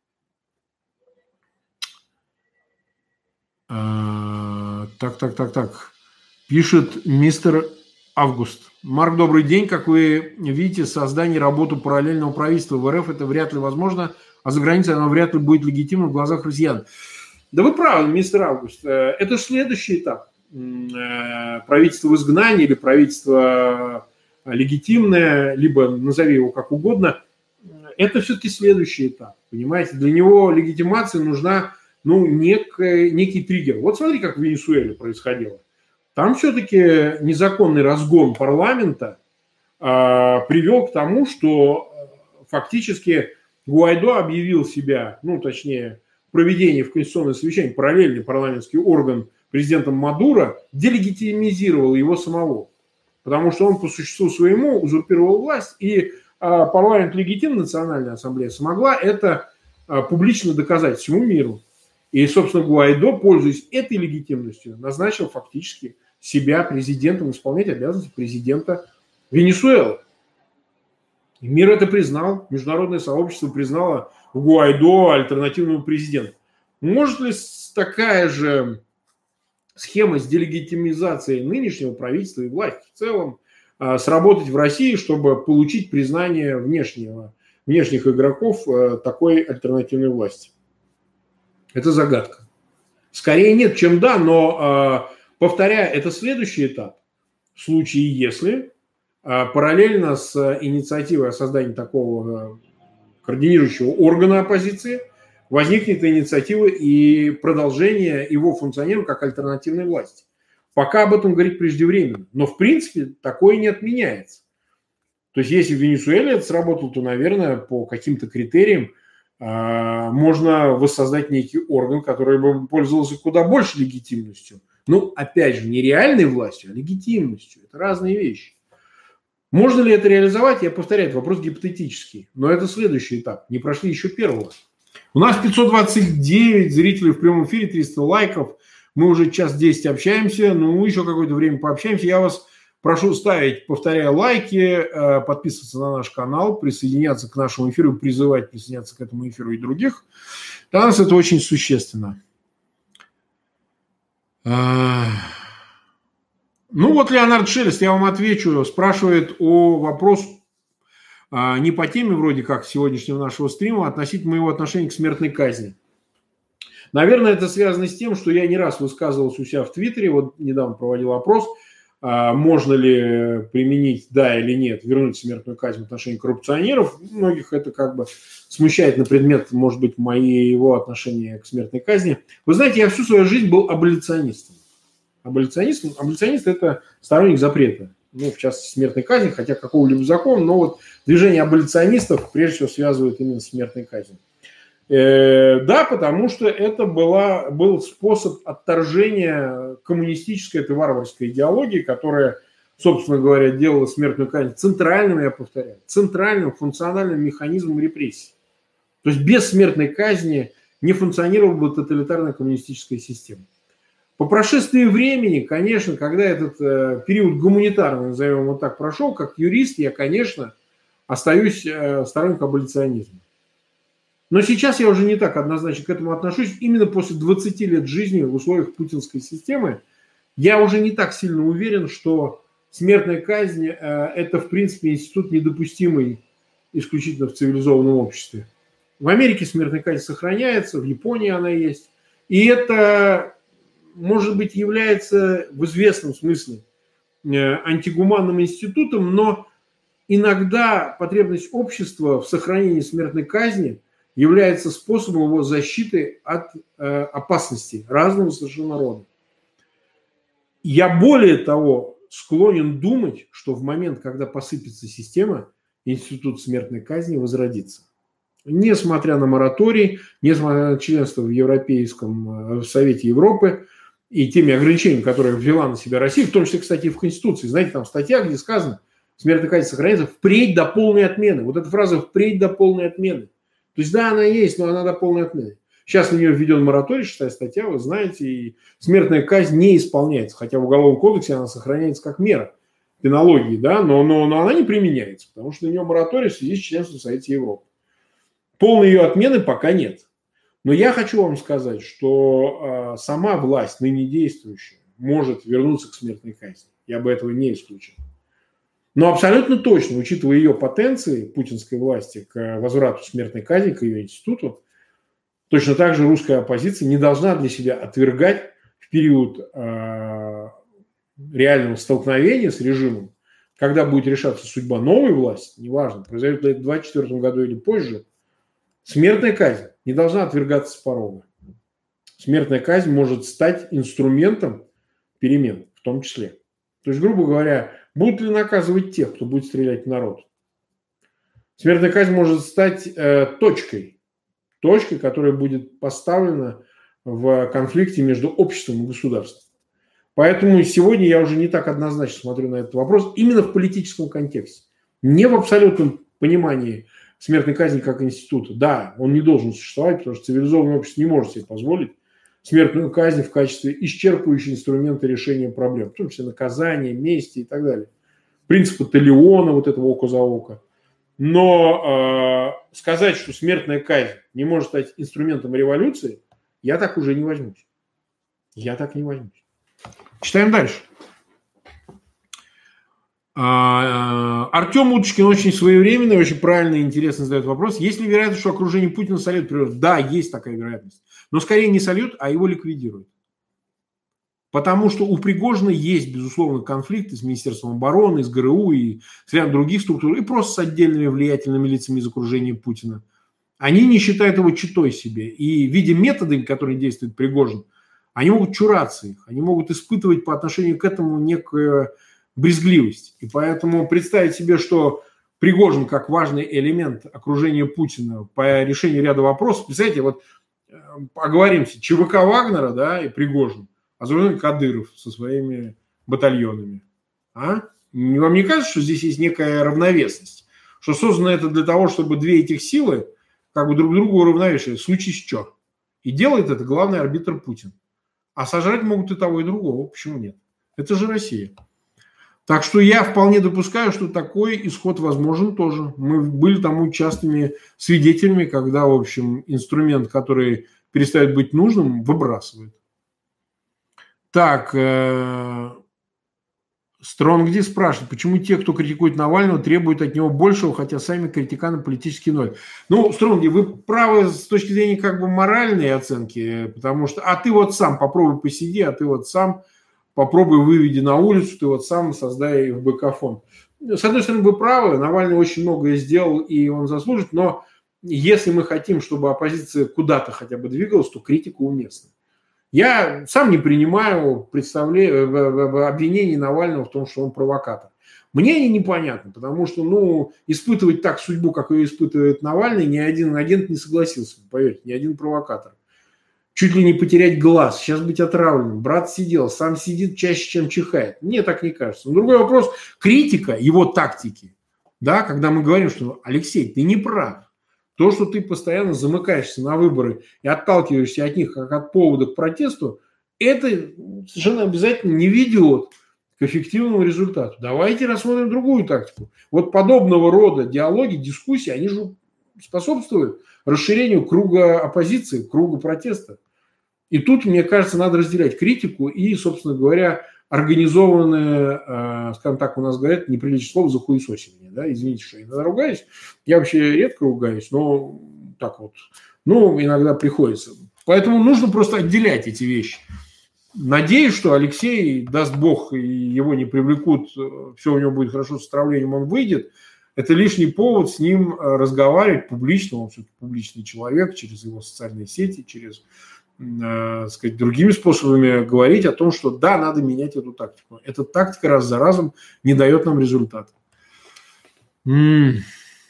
Так, так, так, так. Пишет мистер Август. Марк, добрый день. Как вы видите, создание и работу параллельного правительства в РФ это вряд ли возможно, а за границей оно вряд ли будет легитимно в глазах россиян. Да вы правы, мистер Август. Это следующий этап. Правительство в изгнании или правительство легитимное, либо назови его как угодно, это все-таки следующий этап. Понимаете, для него легитимация нужна ну, некий, некий триггер. Вот смотри, как в Венесуэле происходило. Там все-таки незаконный разгон парламента э, привел к тому, что фактически Гуайдо объявил себя, ну, точнее, проведение в конституционное совещание, параллельный парламентский орган президентом Мадуро, делегитимизировал его самого. Потому что он по существу своему узурпировал власть, и э, парламент легитимной Национальная ассамблея смогла это э, публично доказать всему миру. И, собственно, Гуайдо, пользуясь этой легитимностью, назначил фактически себя президентом, исполнять обязанности президента Венесуэлы. И мир это признал, международное сообщество признало Гуайдо альтернативного президента. Может ли такая же схема с делегитимизацией нынешнего правительства и власти в целом сработать в России, чтобы получить признание внешнего, внешних игроков такой альтернативной власти? Это загадка. Скорее нет, чем да, но, повторяю, это следующий этап. В случае, если параллельно с инициативой о создании такого координирующего органа оппозиции возникнет инициатива и продолжение его функционирования как альтернативной власти. Пока об этом говорить преждевременно. Но, в принципе, такое не отменяется. То есть, если в Венесуэле это сработало, то, наверное, по каким-то критериям Можно воссоздать некий орган, который бы пользовался куда больше легитимностью. Ну, опять же, не реальной властью, а легитимностью. Это разные вещи. Можно ли это реализовать? Я повторяю, это вопрос гипотетический. Но это следующий этап. Не прошли еще первого. У нас пятьсот двадцать девять зрителей в прямом эфире, триста лайков. Мы уже час десять общаемся. Ну, еще какое-то время пообщаемся. Я вас прошу ставить, повторяю, лайки, подписываться на наш канал, присоединяться к нашему эфиру, призывать присоединяться к этому эфиру и других. Для нас это очень существенно. Ну вот Леонард Шелест, я вам отвечу, спрашивает о вопрос не по теме вроде как сегодняшнего нашего стрима, а относительно моего отношения к смертной казни. Наверное, это связано с тем, что я не раз высказывался у себя в Твиттере, вот недавно проводил опрос, можно ли применить, да или нет, вернуть смертную казнь в отношении коррупционеров. Многих это как бы смущает на предмет, может быть, моего отношения к смертной казни. Вы знаете, я всю свою жизнь был аболиционистом. Аболиционистом, аболиционист – это сторонник запрета. Ну, в частности, смертной казни, хотя какого-либо закона, но вот движение аболиционистов прежде всего связывают именно с смертной казнью. Э, да, потому что это была, был способ отторжения коммунистической, этой варварской идеологии, которая, собственно говоря, делала смертную казнь центральным, я повторяю, центральным функциональным механизмом репрессий. То есть без смертной казни не функционировала бы тоталитарная коммунистическая система. По прошествии времени, конечно, когда этот э, период гуманитарный, назовем его так, прошел, как юрист, я, конечно, остаюсь э, сторонником аболиционизма. Но сейчас я уже не так однозначно к этому отношусь. Именно после двадцати лет жизни в условиях путинской системы я уже не так сильно уверен, что смертная казнь э, это, в принципе, институт недопустимый исключительно в цивилизованном обществе. В Америке смертная казнь сохраняется, в Японии она есть. И это, может быть, является в известном смысле антигуманным институтом, но иногда потребность общества в сохранении смертной казни является способом его защиты от э, опасностей разного совершенно рода. Я более того склонен думать, что в момент, когда посыпется система, институт смертной казни возродится. Несмотря на мораторий, несмотря на членство в Европейском в Совете Европы и теми ограничениями, которые ввела на себя Россия, в том числе, кстати, и в Конституции. Знаете, там статья, где сказано, смертная казнь сохраняется впредь до полной отмены. Вот эта фраза «впредь до полной отмены». То есть, да, она есть, но она до полной отмены. Сейчас на нее введен мораторий, шестая статья, вы знаете, и смертная казнь не исполняется, хотя в Уголовном кодексе она сохраняется как мера пенологии, да, но, но, но она не применяется, потому что на нее мораторий в связи с членством в Совете Европы. Полной ее отмены пока нет. Но я хочу вам сказать, что э, сама власть, ныне действующая, может вернуться к смертной казни. Я бы этого не исключил. Но абсолютно точно, учитывая ее потенции путинской власти к возврату смертной казни, к ее институту, точно так же русская оппозиция не должна для себя отвергать в период э, реального столкновения с режимом, когда будет решаться судьба новой власти, неважно, произойдет ли это в двадцать четвёртом году или позже, смертная казнь не должна отвергаться с порога. Смертная казнь может стать инструментом перемен, в том числе. То есть, грубо говоря, будут ли наказывать тех, кто будет стрелять в народ? Смертная казнь может стать э, точкой, точкой, которая будет поставлена в конфликте между обществом и государством. Поэтому сегодня я уже не так однозначно смотрю на этот вопрос именно в политическом контексте. Не в абсолютном понимании смертной казни как института. Да, он не должен существовать, потому что цивилизованное общество не может себе позволить смертную казнь в качестве исчерпывающего инструмента решения проблем, в том числе наказания, мести и так далее. Принципа Талиона, вот этого око за око. Но э, сказать, что смертная казнь не может стать инструментом революции, я так уже не возьмусь. Я так не возьмусь. Читаем дальше. Артем Уточкин очень своевременный, очень правильно и интересно задает вопрос. Есть ли вероятность, что окружение Путина сольет природу? Да, есть такая вероятность. Но скорее не сольют, а его ликвидируют. Потому что у Пригожина есть, безусловно, конфликты с Министерством обороны, с ГРУ и с рядом других структур, и просто с отдельными влиятельными лицами из окружения Путина. Они не считают его читой себе. И, видя методы, которые действует Пригожин, они могут чураться их, они могут испытывать по отношению к этому некую брезгливость. И поэтому представить себе, что Пригожин как важный элемент окружения Путина по решению ряда вопросов. Представляете, вот оговоримся, ЧВК Вагнера, да, и Пригожин, а с другой стороны Кадыров со своими батальонами. А? Вам не кажется, что здесь есть некая равновесность? Что создано это для того, чтобы две этих силы как бы друг друга уравновешивали, в случае с чё. И делает это главный арбитр Путин. А сожрать могут и того, и другого. Почему нет? Это же Россия. Так что я вполне допускаю, что такой исход возможен тоже. Мы были тому частыми свидетелями, когда, в общем, инструмент, который перестает быть нужным, выбрасывают. Так, э- Стронгди спрашивает, почему те, кто критикует Навального, требуют от него большего, хотя сами критиканы политический ноль. Ну, Стронгди, вы правы с точки зрения как бы моральной оценки, потому что, а ты вот сам попробуй посиди, а ты вот сам попробуй выведи на улицу, ты вот сам создай эф бэ ка-фонд. С одной стороны, вы правы, Навальный очень многое сделал, и он заслужит, но если мы хотим, чтобы оппозиция куда-то хотя бы двигалась, то критика уместна. Я сам не принимаю обвинений Навального в том, что он провокатор. Мне они непонятны, потому что ну, испытывать так судьбу, как ее испытывает Навальный, ни один агент не согласился, поверьте, ни один провокатор. Чуть ли не потерять глаз, сейчас быть отравленным. Брат сидел, сам сидит чаще, чем чихает. Мне так не кажется. Но другой вопрос, критика его тактики, да, когда мы говорим, что Алексей, ты не прав. То, что ты постоянно замыкаешься на выборы и отталкиваешься от них как от повода к протесту, это совершенно обязательно не ведет к эффективному результату. Давайте рассмотрим другую тактику. Вот подобного рода диалоги, дискуссии, они же способствуют расширению круга оппозиции, круга протеста. И тут, мне кажется, надо разделять критику и, собственно говоря, организованное, скажем так, у нас говорят, неприличное слово, захуесосивание. Да? Извините, что я иногда ругаюсь. Я вообще редко ругаюсь, но так вот, ну, иногда приходится. Поэтому нужно просто отделять эти вещи. Надеюсь, что Алексей, даст Бог, и его не привлекут, все у него будет хорошо с отравлением, он выйдет. Это лишний повод с ним разговаривать публично, он все-таки публичный человек, через его социальные сети, через... сказать, другими способами говорить о том, что да, надо менять эту тактику. Эта тактика раз за разом не дает нам результата. М-м.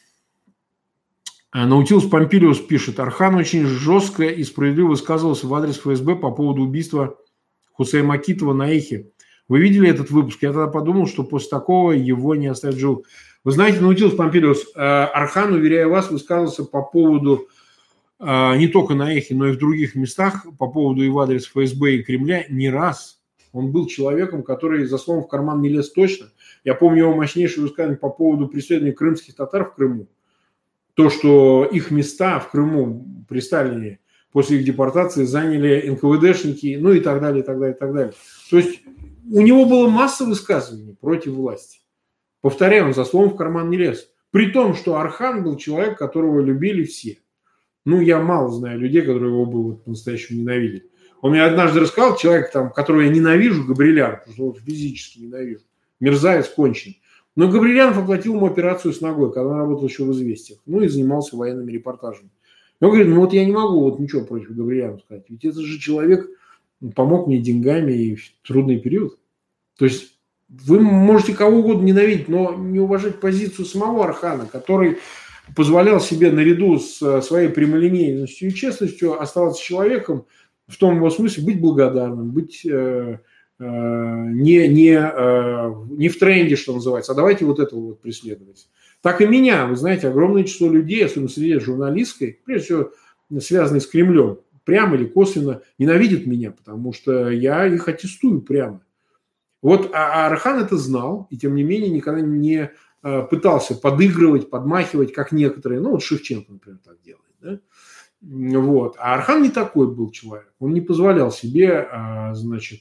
Наутилус Помпилиус пишет, Архан очень жестко и справедливо высказывался в адрес эф эс бэ по поводу убийства Хусейна Макитова на Эхе. Вы видели этот выпуск? Я тогда подумал, что после такого его не оставят живых. Вы знаете, Наутилус Помпилиус, Архан, уверяю вас, высказывался по поводу не только на Эхе, но и в других местах по поводу и в адрес эф эс бэ и Кремля не раз. Он был человеком, который за словом в карман не лез точно. Я помню его мощнейшее высказывание по поводу преследования крымских татар в Крыму. То, что их места в Крыму при Сталине после их депортации заняли эн ка вэ дэшники, ну и так далее, и так далее, и так далее. То есть у него было масса высказываний против власти. Повторяю, он за словом в карман не лез. При том, что Архан был человек, которого любили все. Ну, я мало знаю людей, которые его бы вот по-настоящему ненавидели. Он мне однажды рассказал, человек, там, которого я ненавижу, Габриэлян, потому что его физически ненавижу. Мерзавец конченый. Но Габриэлянов оплатил ему операцию с ногой, когда он работал еще в «Известиях». Ну, и занимался военными репортажами. И он говорит, ну вот я не могу вот ничего против Габриэлянова сказать. Ведь это же человек помог мне деньгами и в трудный период. То есть вы можете кого угодно ненавидеть, но не уважать позицию самого Архана, который позволял себе наряду с своей прямолинейностью и честностью оставаться человеком, в том его смысле быть благодарным, быть э, э, не, не, э, не в тренде, что называется, а давайте вот этого вот преследовать. Так и меня, вы знаете, огромное число людей, особенно среди журналистской, прежде всего связанной с Кремлем, прямо или косвенно ненавидят меня, потому что я их аттестую прямо. Вот а Архан это знал, и тем не менее никогда не пытался подыгрывать, подмахивать, как некоторые. Ну, вот Шевченко, например, так делает. Да? Вот. А Архан не такой был человек. Он не позволял себе, значит,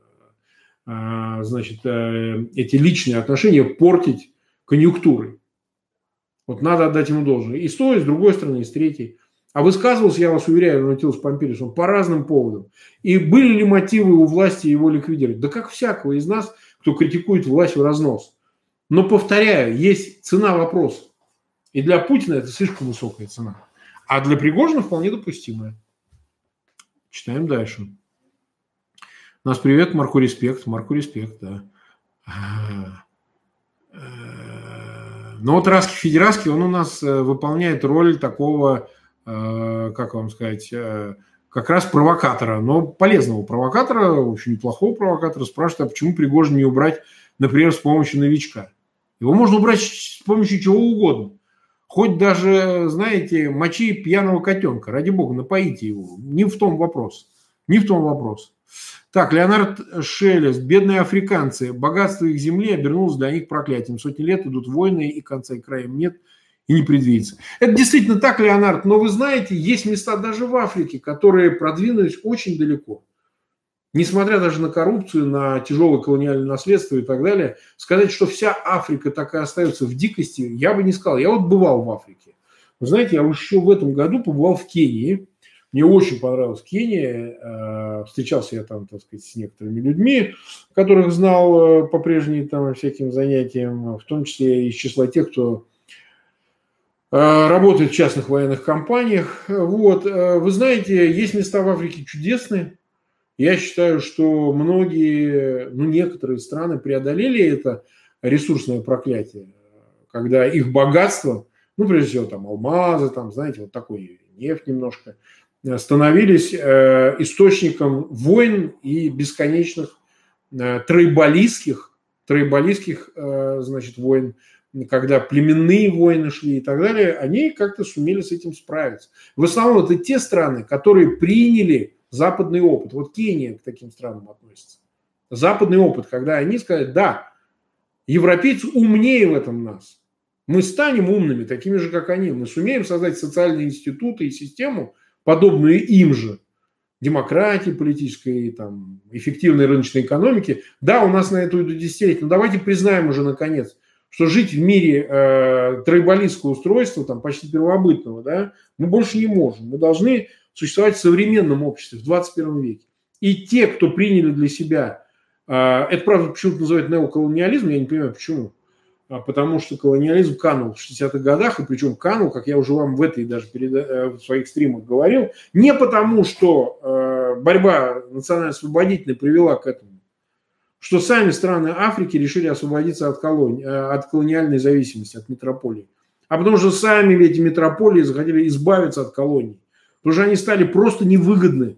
значит, эти личные отношения портить конъюнктурой. Вот надо отдать ему должное. И с той, и с другой стороны, и с третьей. А высказывался, я вас уверяю, Наутилус Помпилиус, он по разным поводам. И были ли мотивы у власти его ликвидировать? Да как всякого из нас, кто критикует власть в разнос. Но, повторяю, есть цена вопроса. И для Путина это слишком высокая цена. А для Пригожина вполне допустимая. Читаем дальше. У нас привет, Марку респект. Марку респект, да. Но вот Раски Федераски, он у нас выполняет роль такого, как вам сказать, как раз провокатора, но полезного провокатора, очень неплохого провокатора. Спрашивает, а почему Пригожин не убрать, например, с помощью новичка? Его можно убрать с помощью чего угодно. Хоть даже, знаете, мочи пьяного котенка. Ради бога, напоите его. Не в том вопрос. Не в том вопрос. Так, Леонард Шелест. Бедные африканцы. Богатство их земли обернулось для них проклятием. Сотни лет идут войны, и конца и краем нет, и не предвидится. Это действительно так, Леонард. Но вы знаете, есть места даже в Африке, которые продвинулись очень далеко. Несмотря даже на коррупцию, на тяжелое колониальное наследство и так далее, сказать, что вся Африка так и остается в дикости, я бы не сказал. Я вот бывал в Африке. Вы знаете, я еще в этом году побывал в Кении. Мне очень понравилась Кения. Встречался я там, так сказать, с некоторыми людьми, которых знал по прежним там всяким занятиям, в том числе из числа тех, кто работает в частных военных компаниях. Вот. Вы знаете, есть места в Африке чудесные. Я считаю, что многие, ну, некоторые страны преодолели это ресурсное проклятие, когда их богатство, ну, прежде всего, там, алмазы, там, знаете, вот такой нефть немножко, становились э, источником войн и бесконечных э, тройболистских, тройболистских, э, значит, войн, когда племенные войны шли и так далее, они как-то сумели с этим справиться. В основном это те страны, которые приняли западный опыт. Вот Кения к таким странам относится. Западный опыт, когда они сказали, да, европейцы умнее в этом нас. Мы станем умными, такими же, как они. Мы сумеем создать социальные институты и систему, подобную им же. Демократии политической, там, эффективной рыночной экономики. Да, у нас на это уйдут десятилетия, но давайте признаем уже наконец, что жить в мире э, тройболистского устройства, там, почти первобытного, да, мы больше не можем. Мы должны существовать в современном обществе в двадцать первом веке. И те, кто приняли для себя, э, это, правда, почему-то называют неоколониализм, я не понимаю, почему. А потому что колониализм канул в шестидесятых годах, и причем канул, как я уже вам в этой даже переда- в своих стримах говорил, не потому, что э, борьба национально-освободительная привела к этому, что сами страны Африки решили освободиться от, колони... от колониальной зависимости, от метрополий. А потому что сами эти метрополии захотели избавиться от колоний. Потому что они стали просто невыгодны.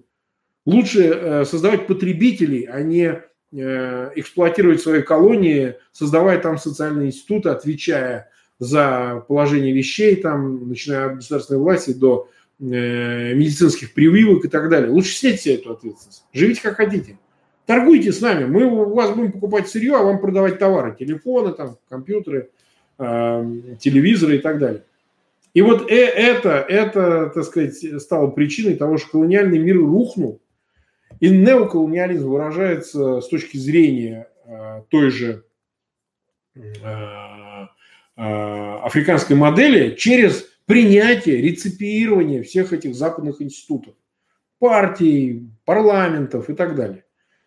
Лучше создавать потребителей, а не эксплуатировать свои колонии, создавая там социальные институты, отвечая за положение вещей, там, начиная от государственной власти до медицинских прививок и так далее. Лучше снять себе эту ответственность. Живите как хотите. Торгуйте с нами, мы у вас будем покупать сырье, а вам продавать товары, телефоны, там, компьютеры, э, телевизоры и так далее. И вот э, это, это, так сказать, стало причиной того, что колониальный мир рухнул, и неоколониализм выражается с точки зрения э, той же э, э, африканской модели через принятие, реципиирование всех этих западных институтов, партий, парламентов и так далее.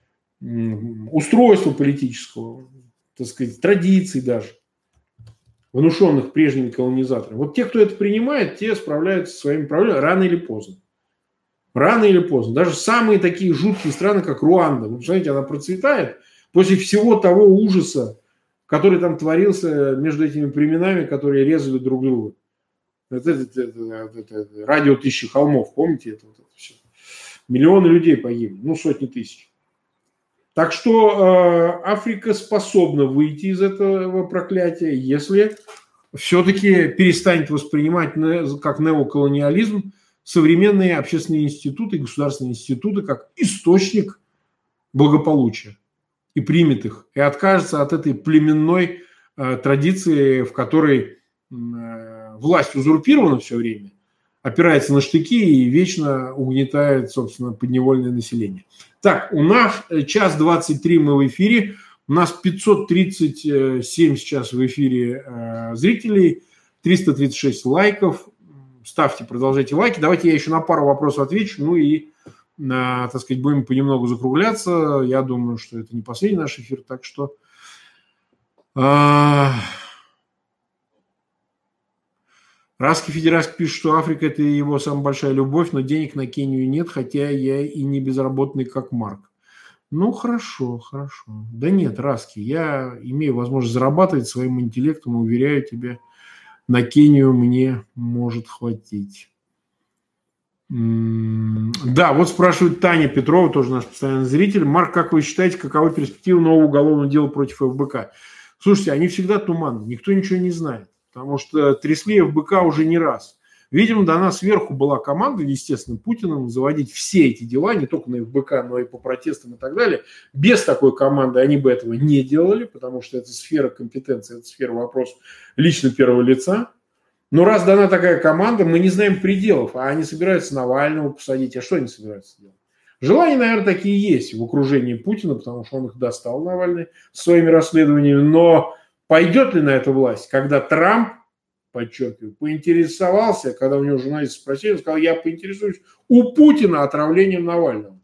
Устройства политического, так сказать, традиций даже, внушенных прежними колонизаторами. Вот те, кто это принимает, те справляются со своими проблемами рано или поздно. Рано или поздно. Даже самые такие жуткие страны, как Руанда, вы знаете, она процветает после всего того ужаса, который там творился между этими племенами, которые резали друг друга. Это, это, это, это, это, радио тысячи холмов, помните это, вот это все? Миллионы людей погибли, ну сотни тысяч. Так что э, Африка способна выйти из этого проклятия, если все-таки перестанет воспринимать не, как неоколониализм современные общественные институты, государственные институты как источник благополучия и примет их, и откажется от этой племенной э, традиции, в которой э, власть узурпирована все время, опирается на штыки и вечно угнетает, собственно, подневольное население. Так, у нас час двадцать три мы в эфире, у нас пятьсот тридцать семь сейчас в эфире э, зрителей, триста тридцать шесть лайков. Ставьте, продолжайте лайки. Давайте я еще на пару вопросов отвечу, ну и, э, так сказать, будем понемногу закругляться. Я думаю, что это не последний наш эфир, так что... Э, Раски Федераски пишет, что Африка – это его самая большая любовь, но денег на Кению нет, хотя я и не безработный, как Марк. Ну, хорошо, хорошо. Да нет, Раски, я имею возможность зарабатывать своим интеллектом, уверяю тебя, на Кению мне может хватить. Да, вот спрашивает Таня Петрова, тоже наш постоянный зритель. Марк, как вы считаете, каковы перспективы нового уголовного дела против эф бэ ка? Слушайте, они всегда туманны, никто ничего не знает, потому что трясли эф бэ ка уже не раз. Видимо, дана сверху была команда, естественно, Путиным заводить все эти дела, не только на эф бэ ка, но и по протестам и так далее. Без такой команды они бы этого не делали, потому что это сфера компетенции, это сфера вопросов лично первого лица. Но раз дана такая команда, мы не знаем пределов, а они собираются Навального посадить. А что они собираются делать? Желания, наверное, такие есть в окружении Путина, потому что он их достал, Навальный, своими расследованиями. Но пойдет ли на это власть, когда Трамп, подчеркиваю, поинтересовался, когда у него журналисты спросили, он сказал, я поинтересуюсь у Путина отравлением Навального.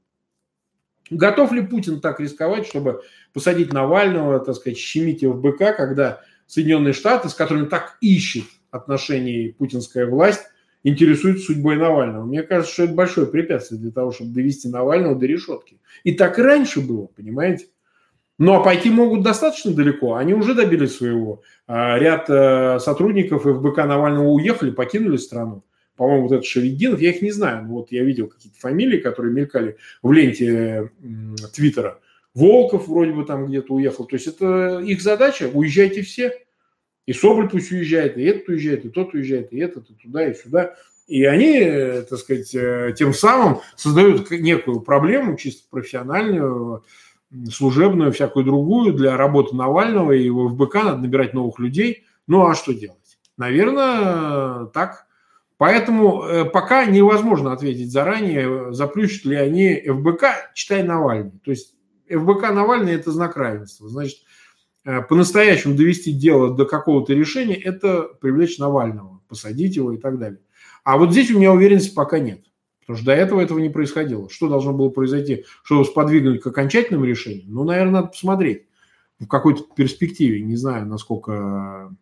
Готов ли Путин так рисковать, чтобы посадить Навального, так сказать, щемить эф бэ ка, когда Соединенные Штаты, с которыми так ищет отношений путинская власть, интересуется судьбой Навального? Мне кажется, что это большое препятствие для того, чтобы довести Навального до решетки. И так и раньше было, понимаете? Ну, а пойти могут достаточно далеко. Они уже добились своего. Ряд сотрудников эф бэ ка Навального уехали, покинули страну. По-моему, вот этот Шевединов, я их не знаю. Вот я видел какие-то фамилии, которые мелькали в ленте Твиттера. Волков вроде бы там где-то уехал. То есть это их задача. Уезжайте все. И Соболь пусть уезжает, и этот уезжает, и тот уезжает, и этот, и туда, и сюда. И они, так сказать, тем самым создают некую проблему, чисто профессиональную, служебную, всякую другую для работы Навального и его эф бэ ка. Надо набирать новых людей. Ну, а что делать? Наверное, так. Поэтому пока невозможно ответить заранее, заплющат ли они эф бэ ка, читай Навальный. То есть эф бэ ка Навальный – это знак равенства. Значит, по-настоящему довести дело до какого-то решения – это привлечь Навального, посадить его и так далее. А вот здесь у меня уверенности пока нет. Потому что до этого этого не происходило. Что должно было произойти, чтобы сподвигнуть к окончательному решению? Ну, наверное, надо посмотреть в какой-то перспективе. Не знаю, насколько,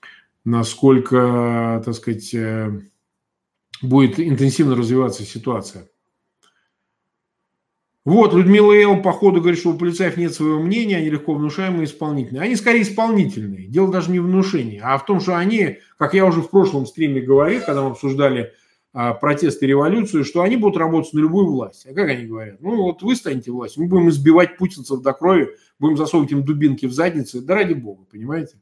насколько, так сказать, будет интенсивно развиваться ситуация. Вот, Людмила Эл, походу, говорит, что у полицаев нет своего мнения, они легко внушаемые и исполнительные. Они скорее исполнительные. Дело даже не в внушении, а в том, что они, как я уже в прошлом стриме говорил, когда мы обсуждали а, протест и революцию, что они будут работать на любую власть. А как они говорят? Ну, вот вы станете властью, мы будем избивать путинцев до крови, будем засовывать им дубинки в задницы. Да ради бога, понимаете?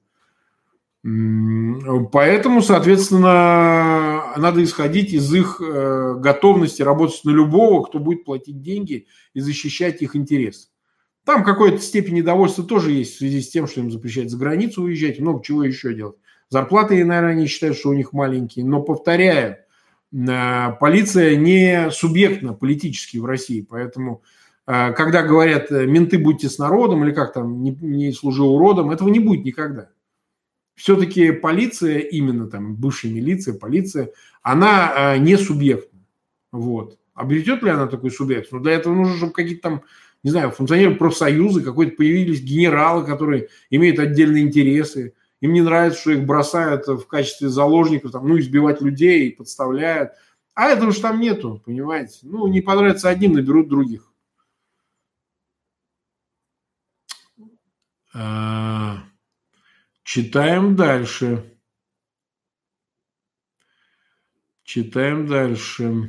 Поэтому, соответственно, надо исходить из их готовности работать на любого, кто будет платить деньги и защищать их интересы. Там какая-то степень недовольства тоже есть в связи с тем, что им запрещают за границу уезжать, много чего еще делать. Зарплаты, наверное, они считают, что у них маленькие. Но, повторяю, полиция не субъектна политически в России. Поэтому, когда говорят, менты будьте с народом, или как там, не, не служи уродом, этого не будет никогда. Все-таки полиция, именно там бывшая милиция, полиция, она не субъектна. Вот. Обретет ли она такой субъект? Но для этого нужно, чтобы какие-то там, не знаю, функционеры профсоюза, какой-то появились генералы, которые имеют отдельные интересы. Им не нравится, что их бросают в качестве заложников, там, ну, избивать людей, подставляют. А этого же там нету, понимаете? Ну, не понравится одним, наберут других. Читаем дальше. Читаем дальше.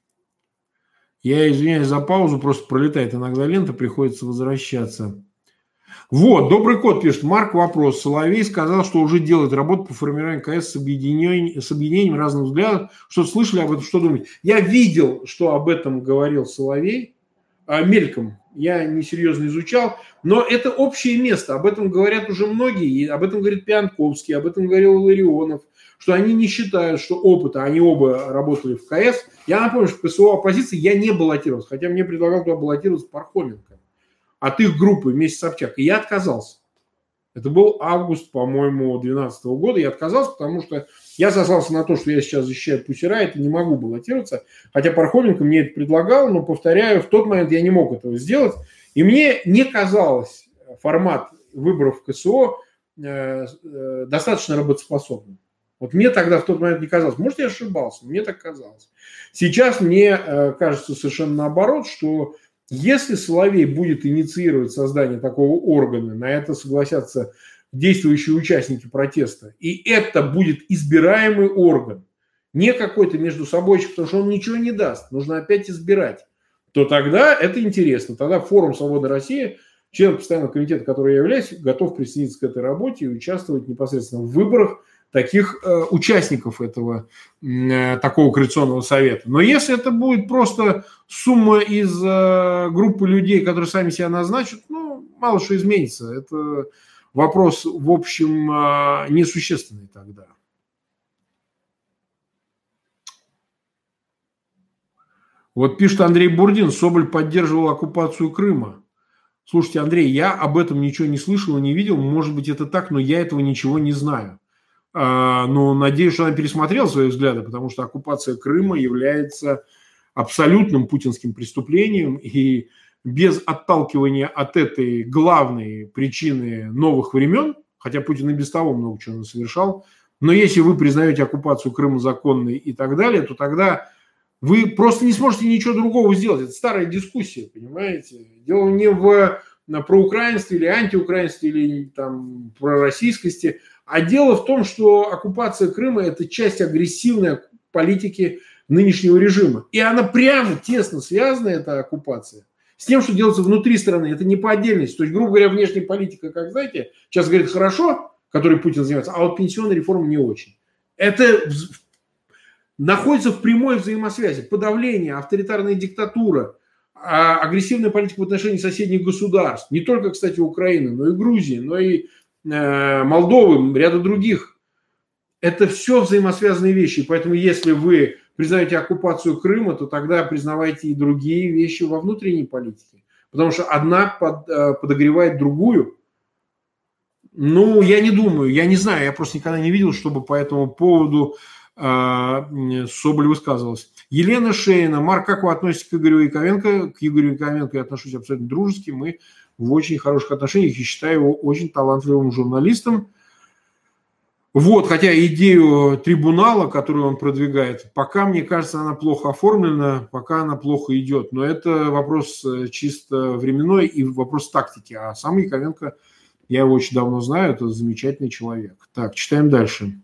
Я извиняюсь за паузу, просто пролетает иногда лента, приходится возвращаться. Вот, добрый кот пишет. Марк, вопрос. Соловей сказал, что уже делает работу по формированию ка эс с объединением, с объединением разных взглядов. Что слышали об этом, что думаете? Я видел, что об этом говорил Соловей. Мельком. Я несерьезно изучал, но это общее место, об этом говорят уже многие, и об этом говорит Пианковский, об этом говорил Ларионов, что они не считают, что опыта, они оба работали в ка эс. Я напомню, что в пэ эс о оппозиции я не баллотировался, хотя мне предлагал туда баллотироваться Пархоменко от их группы вместе с Собчак, и я отказался. Это был август, по-моему, две тысячи двенадцатого года. Я отказался, потому что я сослался на то, что я сейчас защищаю Пусирайт и не могу баллотироваться. Хотя Пархоменко мне это предлагал, но, повторяю, в тот момент я не мог этого сделать. И мне не казалось формат выборов в ка эс о э, э, достаточно работоспособным. Вот мне тогда в тот момент не казалось. Может, я ошибался, но мне так казалось. Сейчас мне э, кажется совершенно наоборот, что Если Соловей будет инициировать создание такого органа, на это согласятся действующие участники протеста, и это будет избираемый орган, не какой-то между собойчик, потому что он ничего не даст, нужно опять избирать, то тогда это интересно. Тогда Форум Свободы России, член постоянного комитета, который я являюсь, готов присоединиться к этой работе и участвовать непосредственно в выборах таких э, участников этого э, такого коалиционного совета. Но если это будет просто сумма из э, группы людей, которые сами себя назначат, ну, мало что изменится. Это вопрос, в общем, э, несущественный тогда. Вот пишет Андрей Бурдин, Соболь поддерживал оккупацию Крыма. Слушайте, Андрей, я об этом ничего не слышал и не видел. Может быть, это так, но я этого ничего не знаю. Но надеюсь, что она пересмотрела свои взгляды, потому что оккупация Крыма является абсолютным путинским преступлением, и без отталкивания от этой главной причины новых времен, хотя Путин и без того много чего совершал, но если вы признаете оккупацию Крыма законной и так далее, то тогда вы просто не сможете ничего другого сделать. Это старая дискуссия, понимаете? Дело не в проукраинстве или антиукраинстве или там пророссийскости, а дело в том, что оккупация Крыма – это часть агрессивной политики нынешнего режима. И она прямо тесно связана, эта оккупация, с тем, что делается внутри страны. Это не по отдельности. То есть, грубо говоря, внешняя политика, как знаете, сейчас говорит хорошо, которой Путин занимается, а вот пенсионная реформа не очень. Это находится в прямой взаимосвязи. Подавление, авторитарная диктатура, агрессивная политика в отношении соседних государств. Не только, кстати, Украины, но и Грузии, но и Молдовы, ряда других. Это все взаимосвязанные вещи. Поэтому если вы признаете оккупацию Крыма, то тогда признавайте и другие вещи во внутренней политике. Потому что одна под, подогревает другую. Ну, я не думаю, я не знаю, я просто никогда не видел, чтобы по этому поводу э, Соболь высказывалась. Елена Шейна. Марк, как вы относитесь к Игорю Яковенко? К Игорю Яковенко я отношусь абсолютно дружески. Мы в очень хороших отношениях и считаю его очень талантливым журналистом. Вот, хотя идею трибунала, которую он продвигает, пока, мне кажется, она плохо оформлена, пока она плохо идет. Но это вопрос чисто временной и вопрос тактики. А сам Яковенко, я его очень давно знаю, это замечательный человек. Так, читаем дальше.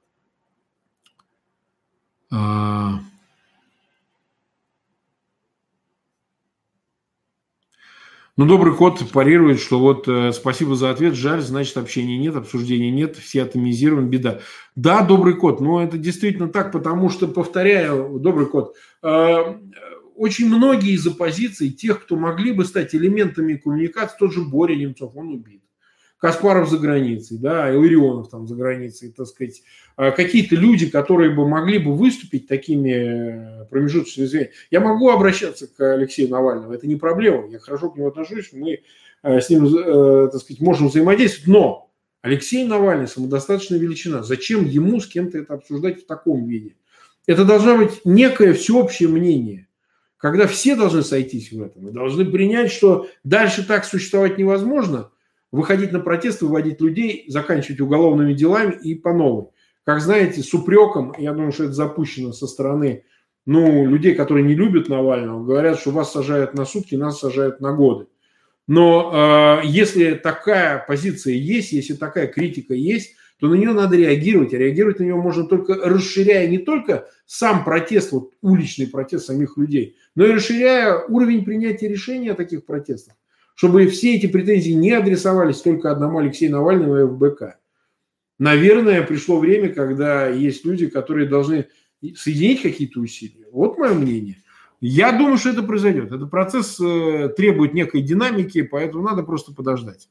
Ну, добрый кот парирует, что вот э, спасибо за ответ, жаль, значит, общения нет, обсуждения нет, все атомизированы, беда. Да, добрый кот, но это действительно так, потому что, повторяю, добрый кот, э, очень многие из оппозиции, тех, кто могли бы стать элементами коммуникации, тот же Боря Немцов, он убит. Каспаров за границей, да, Илларионов там за границей, так сказать, какие-то люди, которые бы могли бы выступить такими промежуточными звеньями. Я могу обращаться к Алексею Навальному, это не проблема, я хорошо к нему отношусь, мы с ним, так сказать, можем взаимодействовать, но Алексей Навальный самодостаточная величина, зачем ему с кем-то это обсуждать в таком виде? Это должно быть некое всеобщее мнение, когда все должны сойтись в этом, и должны принять, что дальше так существовать невозможно, выходить на протест, выводить людей, заканчивать уголовными делами и по новой. Как знаете, с упреком, я думаю, что это запущено со стороны ну, людей, которые не любят Навального, говорят, что вас сажают на сутки, нас сажают на годы. Но э, если такая позиция есть, если такая критика есть, то на нее надо реагировать. А реагировать на нее можно только расширяя не только сам протест, вот уличный протест самих людей, но и расширяя уровень принятия решений о таких протестах, чтобы все эти претензии не адресовались только одному Алексею Навальному и эф бэ ка. Наверное, пришло время, когда есть люди, которые должны соединить какие-то усилия. Вот мое мнение. Я думаю, что это произойдет. Этот процесс требует некой динамики, поэтому надо просто подождать.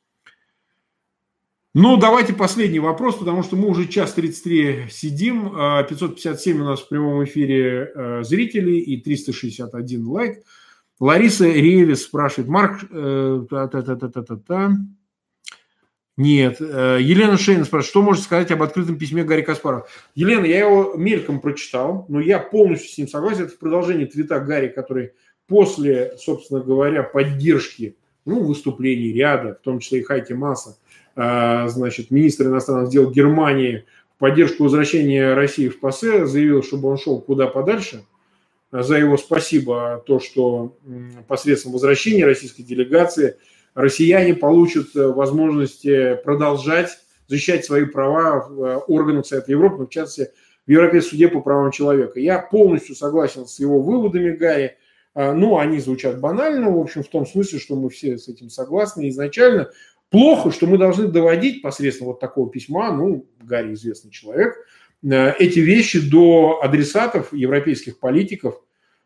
Ну, давайте последний вопрос, потому что мы уже час тридцать три сидим, пятьсот пятьдесят семь у нас в прямом эфире зрителей и триста шестьдесят один лайк. Лариса Ревис спрашивает, Марк, э, та-та-та-та-та-та. Нет, э, Елена Шейна спрашивает, что можете сказать об открытом письме Гарри Каспарова? Елена, я его мельком прочитал, но я полностью с ним согласен. Это в продолжении твита Гарри, который после, собственно говоря, поддержки, ну, выступлений ряда, в том числе и Хайки Мааса, э, значит, министр иностранных дел Германии в поддержку возвращения России в ПАСЕ заявил, чтобы он шел куда подальше. за его спасибо, то, что посредством возвращения российской делегации россияне получат возможность продолжать защищать свои права в органах Совета Европы, в частности, в Европейском суде по правам человека. Я полностью согласен с его выводами, Гарри. Ну, они звучат банально, в общем, в том смысле, что мы все с этим согласны изначально. Плохо, что мы должны доводить посредством вот такого письма, ну, Гарри известный человек, эти вещи до адресатов европейских политиков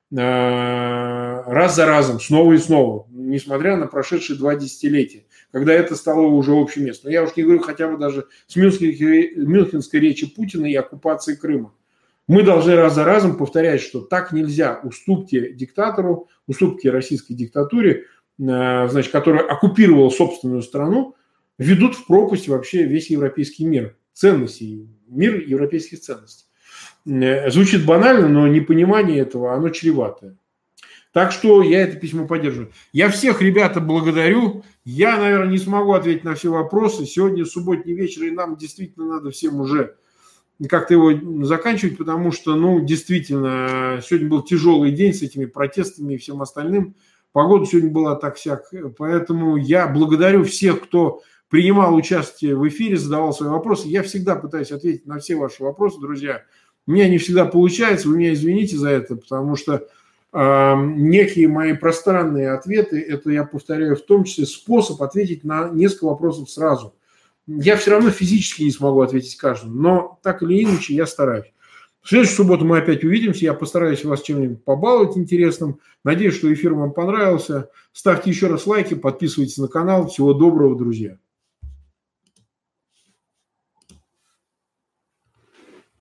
раз за разом, снова и снова, несмотря на прошедшие два десятилетия, когда это стало уже общим местом. Я уж не говорю хотя бы даже с мюнхенской, мюнхенской речи Путина и оккупации Крыма. Мы должны раз за разом повторять, что так нельзя. Уступки диктатору, уступки российской диктатуре, значит, которая оккупировала собственную страну, ведут в пропасть вообще весь европейский мир ценностей, мир европейских ценностей. Звучит банально, но непонимание этого, оно чреватое. Так что я это письмо поддерживаю. Я всех, ребята, благодарю. Я, наверное, не смогу ответить на все вопросы. Сегодня субботний вечер, и нам действительно надо всем уже как-то его заканчивать, потому что, ну, действительно, сегодня был тяжелый день с этими протестами и всем остальным. Погода сегодня была так-сяк. Поэтому я благодарю всех, кто принимал участие в эфире, задавал свои вопросы. Я всегда пытаюсь ответить на все ваши вопросы, друзья. У меня не всегда получается, вы меня извините за это, потому что э, некие мои пространные ответы, это, я повторяю, в том числе способ ответить на несколько вопросов сразу. Я все равно физически не смогу ответить каждому, но так или иначе я стараюсь. В следующую субботу мы опять увидимся, я постараюсь вас чем-нибудь побаловать интересным. Надеюсь, что эфир вам понравился. Ставьте еще раз лайки, подписывайтесь на канал. Всего доброго, друзья.